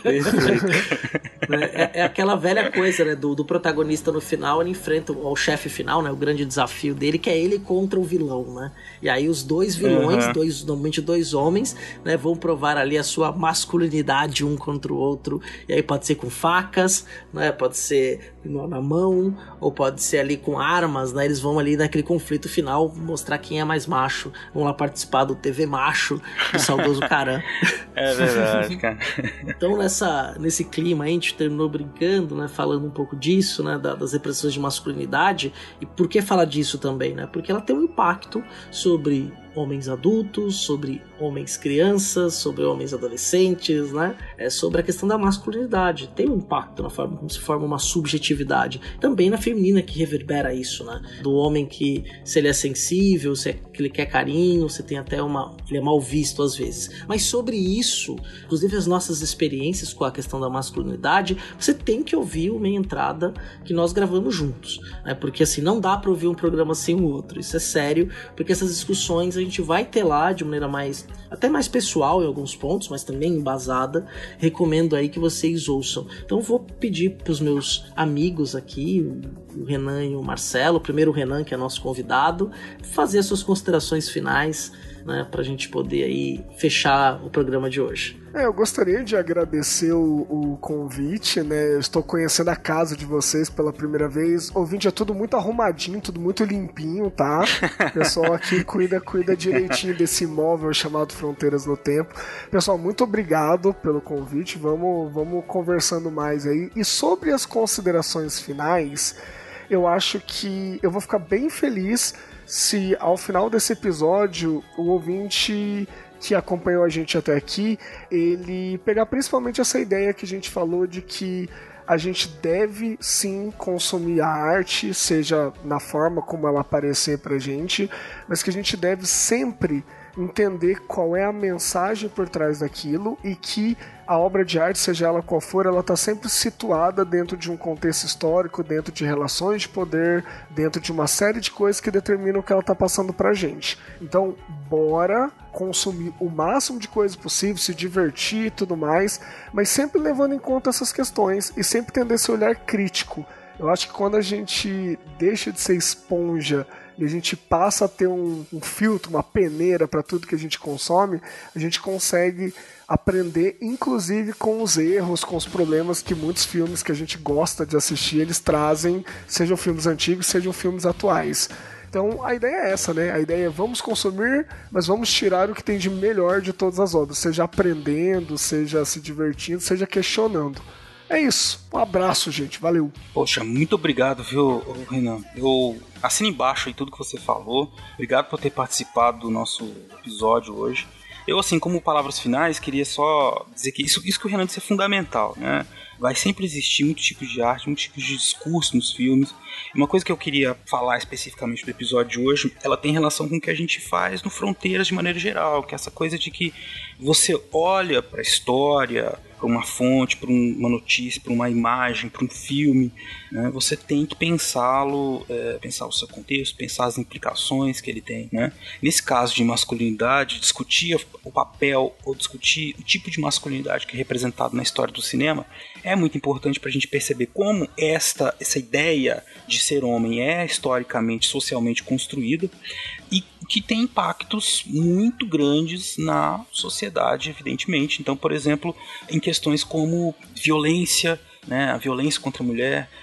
É aquela velha coisa, né? Do protagonista no final, ele enfrenta o chefe final, né? O grande desafio dele, que é ele contra o vilão, né? E aí os dois vilões, normalmente dois homens, né? Vão provar ali a sua masculinidade um contra o outro. E aí pode ser com facas, né? Pode ser na mão, ou pode ser ali com armas, né? Eles vão ali naquele conflito final mostrar quem é mais macho. Vão lá participar do TV Macho do saudoso Caran. É verdade, cara. Então nesse clima aí, a gente terminou brincando, né? Falando um pouco disso, né? Das repressões de masculinidade. E por que falar disso também, né? Porque ela tem um impacto sobre homens adultos, sobre homens crianças, sobre homens adolescentes, né? Sobre a questão da masculinidade. Tem um impacto na forma como se forma uma subjetividade. Também na feminina que reverbera isso, né? Do homem que, se ele é sensível, se ele quer carinho, se tem até ele é mal visto às vezes. Mas sobre isso, inclusive as nossas experiências com a questão da masculinidade, você tem que ouvir o Meia Entrada que nós gravamos juntos, né? Porque assim, não dá pra ouvir um programa sem o outro. Isso é sério, porque essas discussões a gente vai ter lá de maneira até mais pessoal em alguns pontos, mas também embasada. Recomendo aí que vocês ouçam. Então vou pedir pros meus amigos aqui, o Renan e o Marcelo, primeiro o Renan, que é nosso convidado, fazer as suas considerações finais, né, pra gente poder aí fechar o programa de hoje. Eu gostaria de agradecer o convite, né? Eu estou conhecendo a casa de vocês pela primeira vez. Ouvinte, é tudo muito arrumadinho, tudo muito limpinho, tá? O pessoal aqui cuida direitinho desse imóvel chamado Fronteiras no Tempo. Pessoal, muito obrigado pelo convite. Vamos conversando mais aí. E sobre as considerações finais, eu acho que eu vou ficar bem feliz se ao final desse episódio o ouvinte que acompanhou a gente até aqui, ele pegar principalmente essa ideia que a gente falou de que a gente deve sim consumir a arte, seja na forma como ela aparecer pra gente, mas que a gente deve sempre entender qual é a mensagem por trás daquilo e que a obra de arte, seja ela qual for, ela está sempre situada dentro de um contexto histórico, dentro de relações de poder, dentro de uma série de coisas que determinam o que ela está passando pra gente. Então, bora consumir o máximo de coisa possível, se divertir e tudo mais, mas sempre levando em conta essas questões e sempre tendo esse olhar crítico. Eu acho que quando a gente deixa de ser esponja e a gente passa a ter um filtro, uma peneira para tudo que a gente consome, a gente consegue aprender, inclusive com os erros, com os problemas que muitos filmes que a gente gosta de assistir, eles trazem, sejam filmes antigos, sejam filmes atuais. Então a ideia é essa, né? A ideia é vamos consumir, mas vamos tirar o que tem de melhor de todas as obras, seja aprendendo, seja se divertindo, seja questionando. É isso. Um abraço, gente. Valeu. Poxa, muito obrigado, viu, Renan? Eu assino embaixo aí tudo que você falou. Obrigado por ter participado do nosso episódio hoje. Eu, assim, como palavras finais, queria só dizer que isso que o Renan disse é fundamental, né? Vai sempre existir muitos tipos de arte, muitos tipos de discurso nos filmes. Uma coisa que eu queria falar especificamente do episódio de hoje, ela tem relação com o que a gente faz no Fronteiras de maneira geral, que é essa coisa de que você olha para a história, para uma fonte, para uma notícia, para uma imagem, para um filme, né? Você tem que pensá-lo, pensar o seu contexto, pensar as implicações que ele tem, né? Nesse caso de masculinidade, discutir o papel ou discutir o tipo de masculinidade que é representado na história do cinema é muito importante para a gente perceber como essa ideia de ser homem é historicamente, socialmente construída e que tem impactos muito grandes na sociedade, evidentemente. Então, por exemplo, em questões como violência, né, a violência contra a mulher,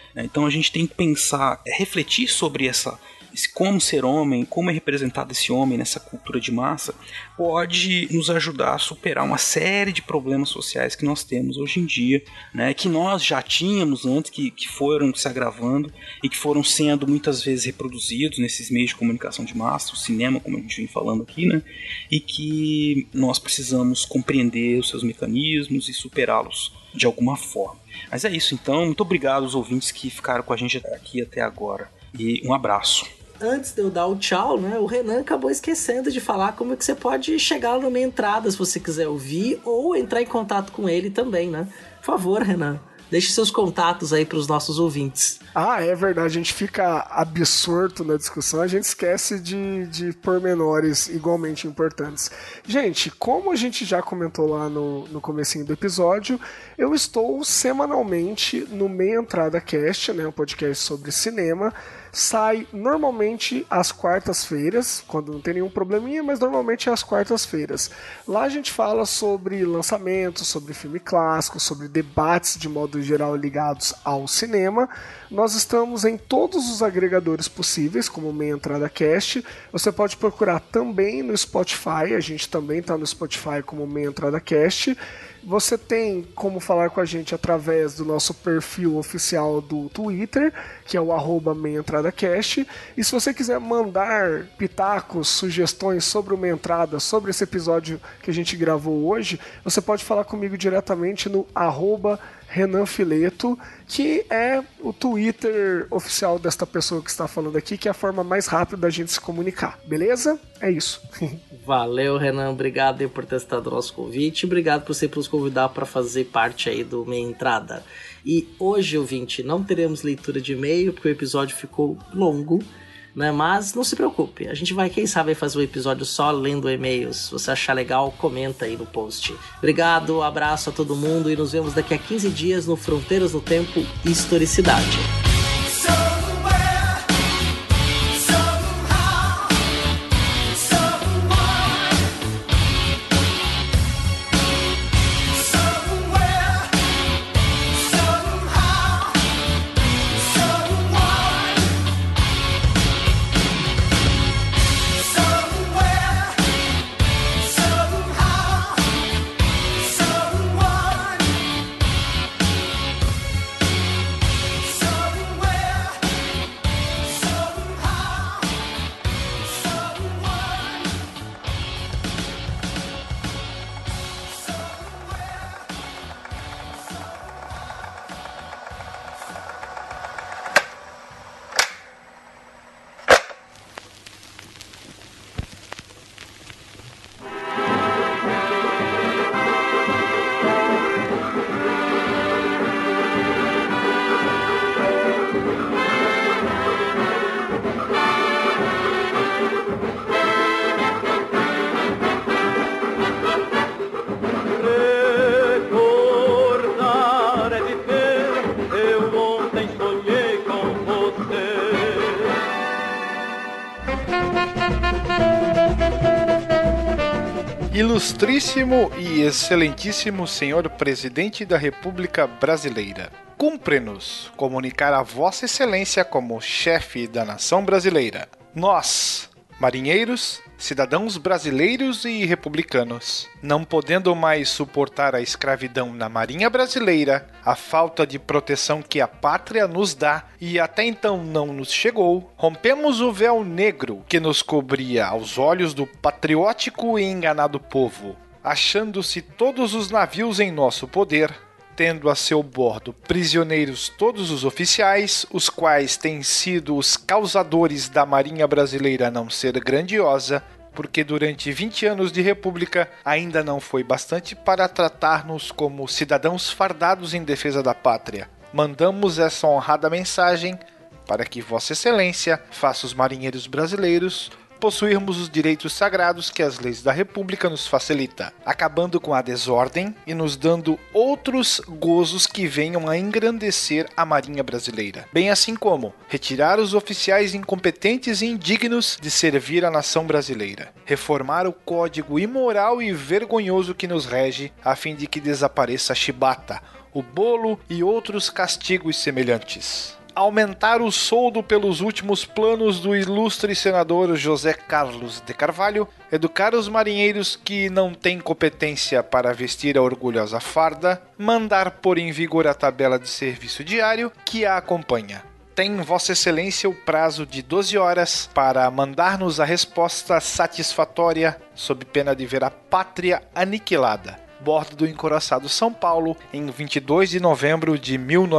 Então a gente tem que pensar, refletir sobre esse como ser homem, como é representado esse homem nessa cultura de massa, pode nos ajudar a superar uma série de problemas sociais que nós temos hoje em dia, né, que nós já tínhamos antes, que foram se agravando e que foram sendo muitas vezes reproduzidos nesses meios de comunicação de massa, o cinema, como a gente vem falando aqui, né, e que nós precisamos compreender os seus mecanismos e superá-los de alguma forma. Mas é isso, então, muito obrigado aos ouvintes que ficaram com a gente aqui até agora, e um abraço. Antes de eu dar o tchau, né, o Renan acabou esquecendo de falar como é que você pode chegar no Meia Entrada se você quiser ouvir ou entrar em contato com ele também, né? Por favor, Renan, deixe seus contatos aí para os nossos ouvintes. Ah, é verdade, a gente fica absorto na discussão, a gente esquece de pormenores igualmente importantes. Gente, como a gente já comentou lá no comecinho do episódio, eu estou semanalmente no Meia Entrada Cast, né, um podcast sobre cinema. Sai normalmente às quartas-feiras, quando não tem nenhum probleminha, mas normalmente é às quartas-feiras. Lá a gente fala sobre lançamentos, sobre filme clássico, sobre debates de modo geral ligados ao cinema. Nós estamos em todos os agregadores possíveis, como Meia Entrada Cast. Você pode procurar também no Spotify, a gente também está no Spotify como Meia Entrada Cast. Você tem como falar com a gente através do nosso perfil oficial do Twitter, que é o @meiaentradacast. E se você quiser mandar pitacos, sugestões sobre o Meia Entrada, sobre esse episódio que a gente gravou hoje, você pode falar comigo diretamente no Renan Fileto, que é o Twitter oficial desta pessoa que está falando aqui, que é a forma mais rápida da gente se comunicar, beleza? É isso. Valeu, Renan, obrigado por ter estado no nosso convite, obrigado por você nos convidar para fazer parte aí do Meia Entrada. E hoje, ouvinte, não teremos leitura de e-mail, porque o episódio ficou longo, né? Mas não se preocupe, a gente vai, quem sabe, fazer um episódio só lendo e-mails. Se você achar legal, comenta aí no post. Obrigado, abraço a todo mundo e nos vemos daqui a 15 dias no Fronteiras do Tempo Historicidade. Ilustríssimo e excelentíssimo Senhor Presidente da República Brasileira, cumpre-nos comunicar a Vossa Excelência como chefe da nação brasileira. Nós, marinheiros, cidadãos brasileiros e republicanos, não podendo mais suportar a escravidão na Marinha Brasileira, a falta de proteção que a pátria nos dá e até então não nos chegou, rompemos o véu negro que nos cobria aos olhos do patriótico e enganado povo, achando-se todos os navios em nosso poder, tendo a seu bordo prisioneiros todos os oficiais, os quais têm sido os causadores da Marinha Brasileira não ser grandiosa, porque durante 20 anos de república ainda não foi bastante para tratar-nos como cidadãos fardados em defesa da pátria. Mandamos essa honrada mensagem para que Vossa Excelência faça os marinheiros brasileiros possuirmos os direitos sagrados que as leis da República nos facilita, acabando com a desordem e nos dando outros gozos que venham a engrandecer a Marinha Brasileira, bem assim como retirar os oficiais incompetentes e indignos de servir a nação brasileira, reformar o código imoral e vergonhoso que nos rege, a fim de que desapareça a chibata, o bolo e outros castigos semelhantes. aumentar o soldo pelos últimos planos do ilustre senador José Carlos de Carvalho, educar os marinheiros que não têm competência para vestir a orgulhosa farda, mandar pôr em vigor a tabela de serviço diário que a acompanha. Tem Vossa Excelência o prazo de 12 horas para mandar-nos a resposta satisfatória, sob pena de ver a pátria aniquilada. Bordo do encoraçado São Paulo, em 22 de novembro de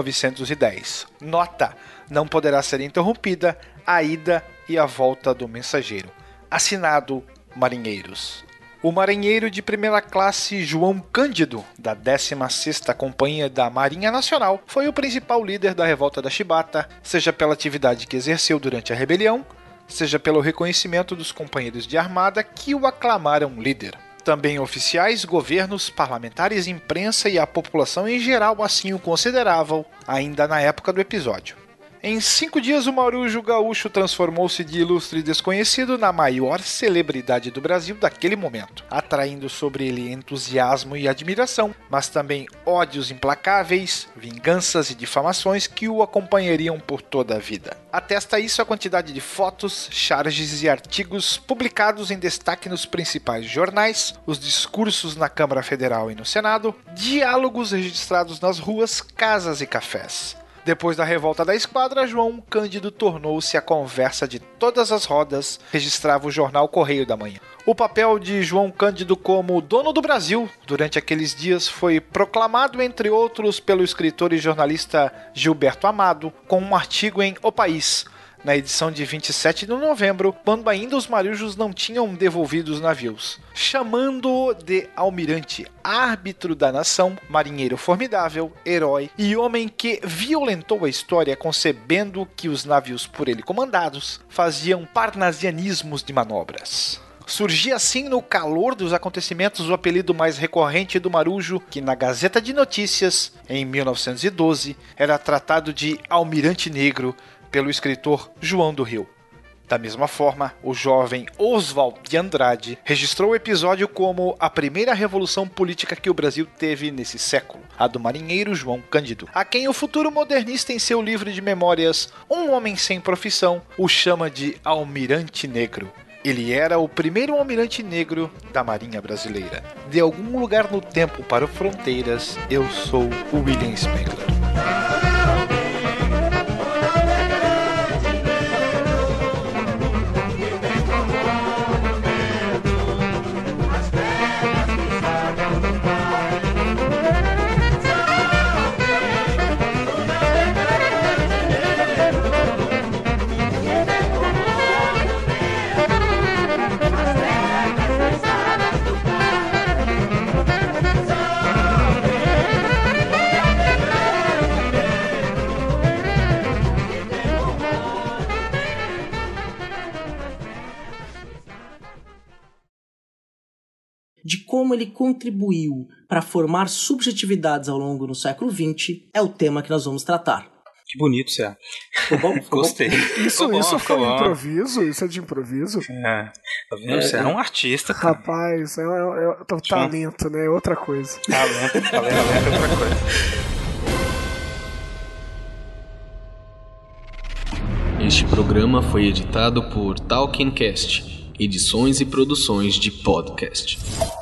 1910. Nota: não poderá ser interrompida a ida e a volta do mensageiro. Assinado Marinheiros. O marinheiro de primeira classe João Cândido, da 16ª Companhia da Marinha Nacional, foi o principal líder da revolta da Chibata, seja pela atividade que exerceu durante a rebelião, seja pelo reconhecimento dos companheiros de armada que o aclamaram líder. Também oficiais, governos, parlamentares, imprensa e a população em geral assim o consideravam, ainda na época do episódio. Em 5 dias, o marujo gaúcho transformou-se de ilustre desconhecido na maior celebridade do Brasil daquele momento, atraindo sobre ele entusiasmo e admiração, mas também ódios implacáveis, vinganças e difamações que o acompanhariam por toda a vida. Atesta isso a quantidade de fotos, charges e artigos publicados em destaque nos principais jornais, os discursos na Câmara Federal e no Senado, diálogos registrados nas ruas, casas e cafés. Depois da revolta da esquadra, João Cândido tornou-se a conversa de todas as rodas, registrava o jornal Correio da Manhã. O papel de João Cândido como dono do Brasil durante aqueles dias foi proclamado, entre outros, pelo escritor e jornalista Gilberto Amado, com um artigo em O País, na edição de 27 de novembro, quando ainda os marujos não tinham devolvido os navios, chamando-o de almirante, árbitro da nação, marinheiro formidável, herói e homem que violentou a história concebendo que os navios por ele comandados faziam parnasianismos de manobras. Surgia assim no calor dos acontecimentos o apelido mais recorrente do marujo, que na Gazeta de Notícias, em 1912, era tratado de Almirante Negro, pelo escritor João do Rio. Da mesma forma, o jovem Oswald de Andrade registrou o episódio como a primeira revolução política que o Brasil teve nesse século, a do marinheiro João Cândido, a quem o futuro modernista, em seu livro de memórias Um Homem Sem Profissão, o chama de Almirante Negro. Ele era o primeiro almirante negro da Marinha Brasileira. De algum lugar no tempo para fronteiras, eu sou o William Spengler. De como ele contribuiu para formar subjetividades ao longo do século XX, é o tema que nós vamos tratar. Que bonito, Cé. Ficou bom? Gostei. Isso foi improviso? Isso é de improviso? É. Tá vendo? Você é um artista, cara. Rapaz, é talento, né? É outra coisa. Talento é outra coisa. Este programa foi editado por Talkincast, edições e produções de podcast.